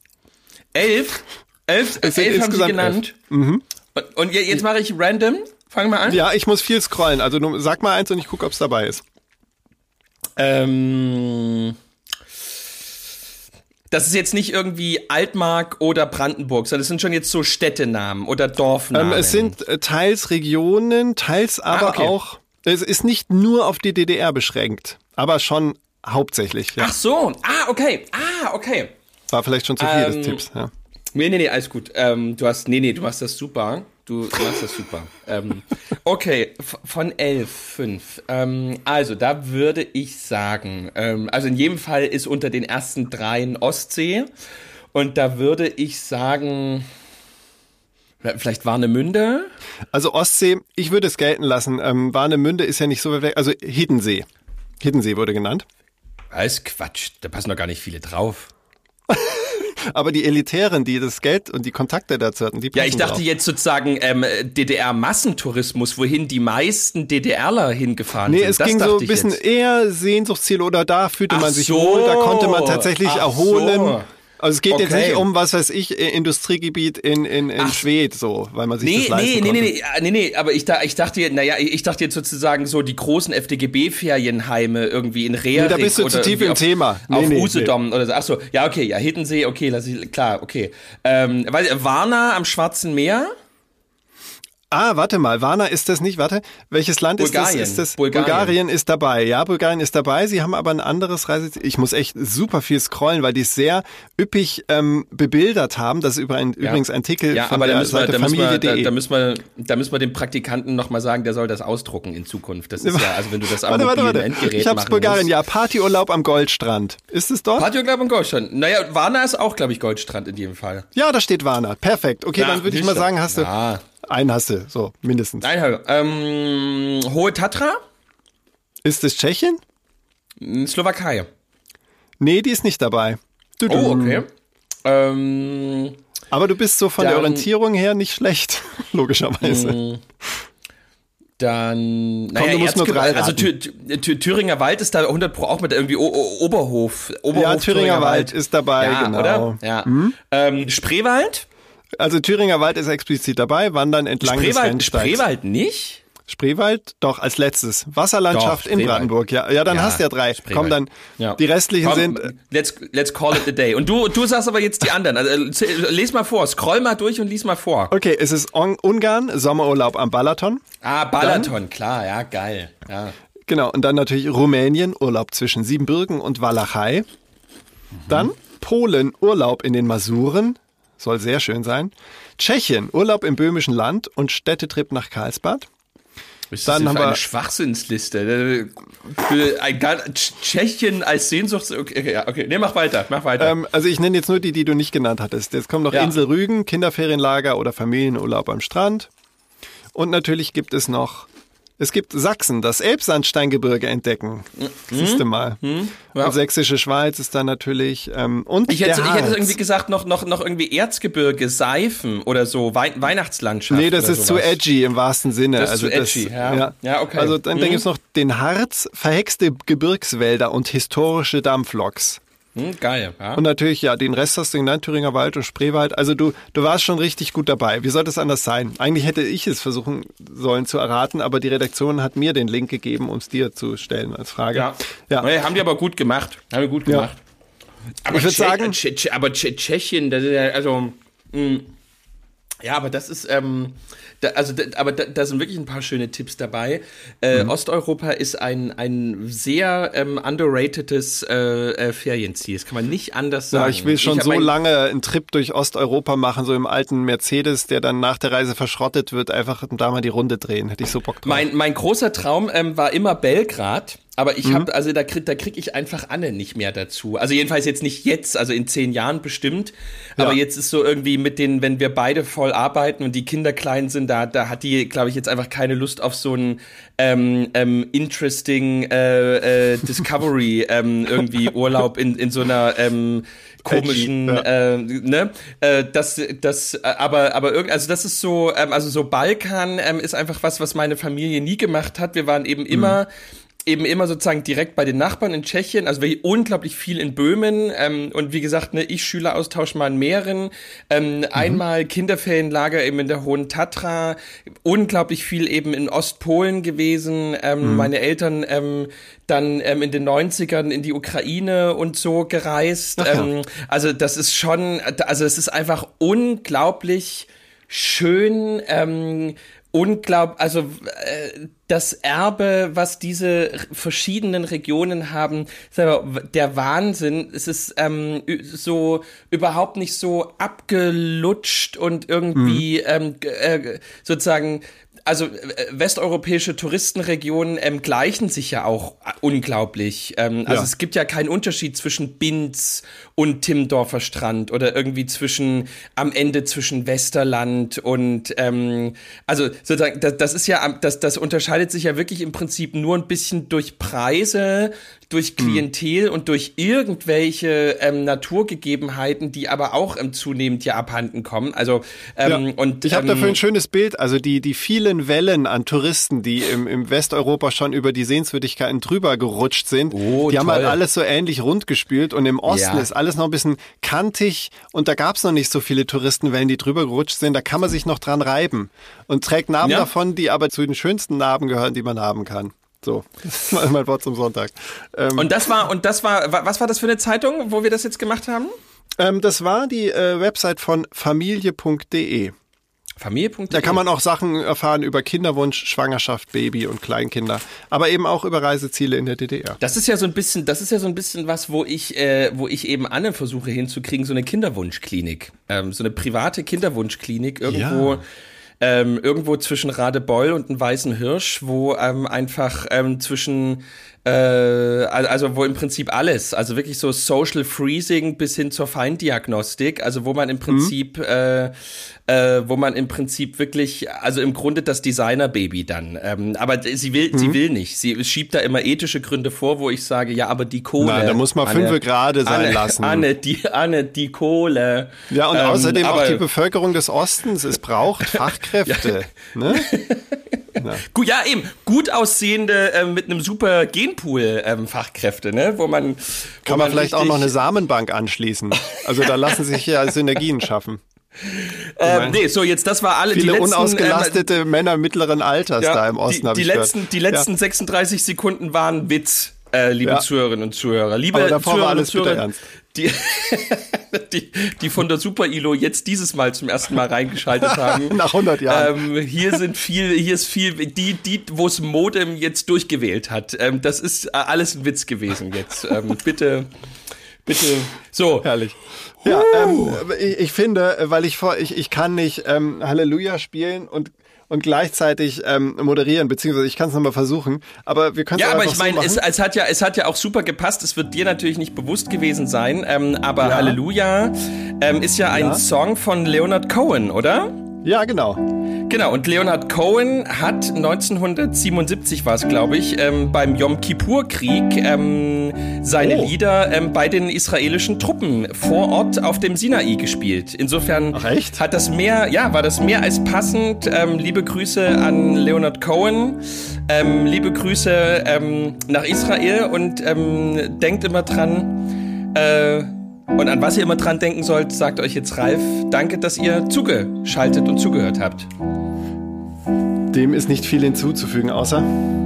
Elf? Elf, elf, elf haben sie genannt. Mhm. Und, und jetzt mache ich random. Fang mal an. Ja, ich muss viel scrollen. Also du, sag mal eins und ich gucke, ob es dabei ist. Ähm, das ist jetzt nicht irgendwie Altmark oder Brandenburg, sondern es sind schon jetzt so Städtenamen oder Dorfnamen. Ähm, es sind äh, teils Regionen, teils aber ah, okay. auch, es ist nicht nur auf die D D R beschränkt, aber schon hauptsächlich. Ja. Ach so, ah, okay, ah, okay. War vielleicht schon zu viel ähm, des Tipps, ja. Nee, nee, nee, alles gut. Ähm, du hast, nee, nee, du machst das super. Du, du machst das super. ähm, okay, f- von elf, fünf. Ähm, also, da würde ich sagen, ähm, also in jedem Fall ist unter den ersten dreien Ostsee. Und da würde ich sagen, vielleicht Warnemünde? Also Ostsee, ich würde es gelten lassen. Ähm, Warnemünde ist ja nicht so weit weg. Also Hiddensee. Hiddensee wurde genannt. Das ist Quatsch, da passen doch gar nicht viele drauf. Aber die Elitären, die das Geld und die Kontakte dazu hatten, die passen Ja, ich dachte drauf. jetzt sozusagen ähm, D D R-Massentourismus, wohin die meisten DDRler hingefahren Nee, sind. es das ging so dachte ein ich bisschen jetzt. eher Sehnsuchtsziel oder da fühlte Ach man sich so. wohl, da konnte man tatsächlich Ach erholen. so. Also es geht jetzt Okay. nicht um, was weiß ich, äh, Industriegebiet in, in, in Ach. Schwedt, so, weil man sich Nee, das leisten nee, nee, konnte. nee, nee, nee, nee, aber ich, da, ich dachte, naja, ich dachte jetzt sozusagen so die großen F D G B-Ferienheime irgendwie in Rehrich Nee, da bist du oder zu tief irgendwie im auf, Thema. Nee, auf nee, Usedom oder so. Ach so, ja, okay, ja, Hiddensee, okay, lass ich, klar, okay. Ähm, weil, Warna am Schwarzen Meer? Ah, warte mal, Varna ist das nicht, warte, welches Land Bulgarien. ist das? Ist das? Bulgarien. Bulgarien ist dabei, ja, Bulgarien ist dabei, sie haben aber ein anderes Reiseziel, ich muss echt super viel scrollen, weil die es sehr üppig ähm, bebildert haben, das ist über ein, Ja. übrigens ein Artikel Ja, von aber da der müssen wir, Seite da müssen wir, da, familie.de. da müssen wir, da müssen wir dem Praktikanten nochmal sagen, der soll das ausdrucken in Zukunft. Das ist ja, also wenn du das am Warte, warte, mobilen warte, Endgerät ich hab's machen Bulgarien, musst. ja, Partyurlaub am Goldstrand, ist es dort? Partyurlaub im Goldstrand. Naja, Warna ist auch, glaube ich, Goldstrand in jedem Fall. Ja, da steht Varna, perfekt, okay, Ja, dann würde ich siehst mal du. sagen, hast du, Ja. einen hast du, so, mindestens. Nein, ähm, Hohe Tatra? Ist es Tschechien? Slowakei. Nee, die ist nicht dabei. Du, du. Oh, okay. Ähm, Aber du bist so von der Dann- Orientierung her nicht schlecht, logischerweise. dann, naja, du musst nur Erzgebirge- drei also raten. Thü Thü Thüringer Wald ist da hundert Pro auch mit irgendwie o o Oberhof. Oberhof Ja, Thüringer Wald ist dabei, ja, genau. oder? Ja. Ähm, Spreewald? Also Thüringer Wald ist explizit dabei, wandern entlang des Spreewald, Rennsteigs. Spreewald nicht? Spreewald, doch, als letztes. Wasserlandschaft Doch, in Spreewald. Brandenburg, ja. Ja, dann Ja, hast du ja drei. Spreewald. Komm, dann, Ja. die restlichen Komm, sind, let's, let's call it a day. Und du, du sagst aber jetzt die anderen. Also, äh, les mal vor, scroll mal durch und lies mal vor. okay, es ist Un- Ungarn, Sommerurlaub am Balaton. Ah, Balaton, klar, ja, geil. Ja. Genau, und dann natürlich Rumänien, Urlaub zwischen Siebenbürgen und Walachei. Dann Polen, Urlaub in den Masuren, soll sehr schön sein. Tschechien, Urlaub im Böhmischen Land und Städtetrip nach Karlsbad. Was ist Dann das denn haben für eine wir- Schwachsinnsliste? Für ein ganz, Tschechien als Sehnsuchts... Okay, okay, ja, okay. Nee, mach weiter, mach weiter. Ähm, also ich nenne jetzt nur die, die du nicht genannt hattest. Jetzt kommen noch Ja. Insel Rügen, Kinderferienlager oder Familienurlaub am Strand. Und natürlich gibt es noch, es gibt Sachsen, das Elbsandsteingebirge entdecken. Siehst du mal. Ja. Und Sächsische Schweiz ist da natürlich. Ähm, und Ich hätte, der ich hätte Harz. irgendwie gesagt, noch, noch, noch irgendwie Erzgebirge, Seifen oder so, Wei Weihnachtslandschaft. Nee, das oder ist sowas. zu edgy im wahrsten Sinne. Das ist also zu edgy, ja. Ja, okay. Also dann, Mhm. dann gibt es noch den Harz, verhexte Gebirgswälder und historische Dampfloks. Hm, geil, ja. Und natürlich, ja, den Rest hast du genannt, Thüringer Wald und Spreewald. Also du, du warst schon richtig gut dabei. Wie sollte es anders sein? Eigentlich hätte ich es versuchen sollen zu erraten, aber die Redaktion hat mir den Link gegeben, um es dir zu stellen als Frage. Ja. Ja. Nee, haben die aber gut gemacht. Haben die gut Ja. gemacht. Aber Ich würd Tsche- sagen- Tsche- Tsche- aber Tsche- Tschechien, das ist ja, also, mh, ja, aber das ist, ähm, da, also, da, aber da, da sind wirklich ein paar schöne Tipps dabei. Äh, Mhm. Osteuropa ist ein, ein sehr ähm, underratedes äh, äh, Ferienziel. Das kann man nicht anders sagen. Ja, ich will schon hab so mein- lange einen Trip durch Osteuropa machen, so im alten Mercedes, der dann nach der Reise verschrottet wird, einfach da mal die Runde drehen. Hätte ich so Bock drauf. Mein, mein großer Traum ähm, war immer Belgrad, aber Mhm. ich habe, also da krieg, da krieg ich einfach Anne nicht mehr dazu. Also jedenfalls jetzt nicht jetzt, also in zehn Jahren bestimmt. Aber Ja. jetzt ist so irgendwie mit den, wenn wir beide voll arbeiten und die Kinder klein sind, da, da hat die, glaube ich, jetzt einfach keine Lust auf so ein ähm, ähm, interesting äh, äh, Discovery ähm, irgendwie Urlaub in, in so einer ähm, komischen, Ja. äh, ne, äh, das, das, äh, aber, aber irgend, also das ist so, ähm, also so Balkan ähm, ist einfach was, was meine Familie nie gemacht hat. Wir waren eben immer eben immer sozusagen direkt bei den Nachbarn in Tschechien, also wir unglaublich viel in Böhmen ähm, und wie gesagt, ne, ich Schüleraustausch mal in Mähren, ähm, einmal Kinderferienlager eben in der Hohen Tatra, unglaublich viel eben in Ostpolen gewesen, ähm, meine Eltern ähm, dann ähm, in den neunzigern in die Ukraine und so gereist, Ach ja. ähm, also das ist schon, also es ist einfach unglaublich schön, ähm, unglaublich, also äh, das Erbe, was diese verschiedenen Regionen haben, der Wahnsinn. Es ist ähm, so überhaupt nicht so abgelutscht und irgendwie mhm. ähm, äh, sozusagen. Also äh, westeuropäische Touristenregionen ähm, gleichen sich ja auch unglaublich. Ähm, also ja. es gibt ja keinen Unterschied zwischen Binz und Timmendorfer Strand oder irgendwie zwischen am Ende zwischen Westerland und ähm, also sozusagen das, das ist ja das das unterscheidet sich ja wirklich im Prinzip nur ein bisschen durch Preise, durch Klientel hm. und durch irgendwelche ähm, Naturgegebenheiten, die aber auch ähm, zunehmend ja abhanden kommen. Also ähm, ja. und ich habe ähm, dafür ein schönes Bild. Also die die vielen Wellen an Touristen, die im, im Westeuropa schon über die Sehenswürdigkeiten drüber gerutscht sind, oh, die toll. haben halt alles so ähnlich rund gespült und im Osten ja. ist alles noch ein bisschen kantig und da gab es noch nicht so viele Touristenwellen, die drüber gerutscht sind. Da kann man sich noch dran reiben und trägt Narben ja. davon, die aber zu den schönsten Narben gehören, die man haben kann. So, das war mein Wort zum Sonntag. Ähm, und das war, und das war, was war das für eine Zeitung, wo wir das jetzt gemacht haben? Ähm, das war die äh, Website von familie punkt de. Familie punkt de. Da kann man auch Sachen erfahren über Kinderwunsch, Schwangerschaft, Baby und Kleinkinder, aber eben auch über Reiseziele in der D D R. Das ist ja so ein bisschen, das ist ja so ein bisschen was, wo ich, äh, wo ich eben Anne versuche hinzukriegen, so eine Kinderwunschklinik, ähm, so eine private Kinderwunschklinik irgendwo. Ja. Ähm, irgendwo zwischen Radebeul und einem Weißen Hirsch, wo ähm, einfach ähm, zwischen äh, also wo im Prinzip alles, also wirklich so Social Freezing bis hin zur Feindiagnostik, also wo man im Prinzip mhm. äh, äh, wo man im Prinzip wirklich, also im Grunde das Designer-Baby dann. Ähm, aber sie will, mhm. sie will nicht. Sie schiebt da immer ethische Gründe vor, wo ich sage, ja, aber die Kohle. Nein, da muss man Anne, fünfe Grade sein Anne, lassen. Anne, die, Anne, die Kohle. Ja, und ähm, außerdem aber, auch die Bevölkerung des Ostens. Es braucht Fachkräfte. ja. Ne? Ja. Gut, ja, eben. Gut aussehende, äh, mit einem super Genpool ähm, Fachkräfte, ne? Wo man. Wo Kann man, man vielleicht auch noch eine Samenbank anschließen. Also da lassen sich ja Synergien schaffen. Ähm, nee, so jetzt, das war alle viele die letzten, unausgelastete ähm, Männer mittleren Alters ja, da im Osten. Die, die letzten, die letzten ja. sechsunddreißig Sekunden waren Witz, äh, liebe ja. Zuhörerinnen und Zuhörer. Liebe Aber davor Zuhörerinnen war alles und Zuhörer, bitter ernst. Die, die, die von der Super I L O jetzt dieses Mal zum ersten Mal reingeschaltet haben. Nach hundert Jahren. Ähm, hier sind viel, hier ist viel, die, die, wo es Modem jetzt durchgewählt hat. Ähm, das ist äh, alles ein Witz gewesen jetzt. Ähm, bitte, bitte. So. Herrlich. Ja, ähm, ich, ich finde, weil ich vor, ich, ich kann nicht ähm, Halleluja spielen und und gleichzeitig ähm, moderieren, beziehungsweise ich kann es nochmal versuchen, aber wir können es ja, aber einfach ich meine, so es, es hat ja, es hat ja auch super gepasst. Es wird dir natürlich nicht bewusst gewesen sein, ähm, aber ja. Halleluja ähm, ist ja ein ja. Song von Leonard Cohen, oder? Ja, genau. Genau, und Leonard Cohen hat neunzehnhundertsiebenundsiebzig war es, glaube ich, ähm, beim Yom Kippur-Krieg ähm, seine oh. Lieder ähm, bei den israelischen Truppen vor Ort auf dem Sinai gespielt. Insofern Ach, echt? hat das mehr, ja, war das mehr als passend. Ähm, liebe Grüße an Leonard Cohen, ähm, liebe Grüße ähm, nach Israel und ähm, denkt immer dran, äh, und an was ihr immer dran denken sollt, sagt euch jetzt Ralf, danke, dass ihr zugeschaltet und zugehört habt. Dem ist nicht viel hinzuzufügen, außer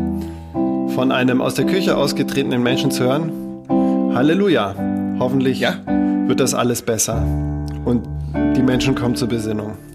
von einem aus der Kirche ausgetretenen Menschen zu hören, Halleluja, hoffentlich ja. wird das alles besser und die Menschen kommen zur Besinnung.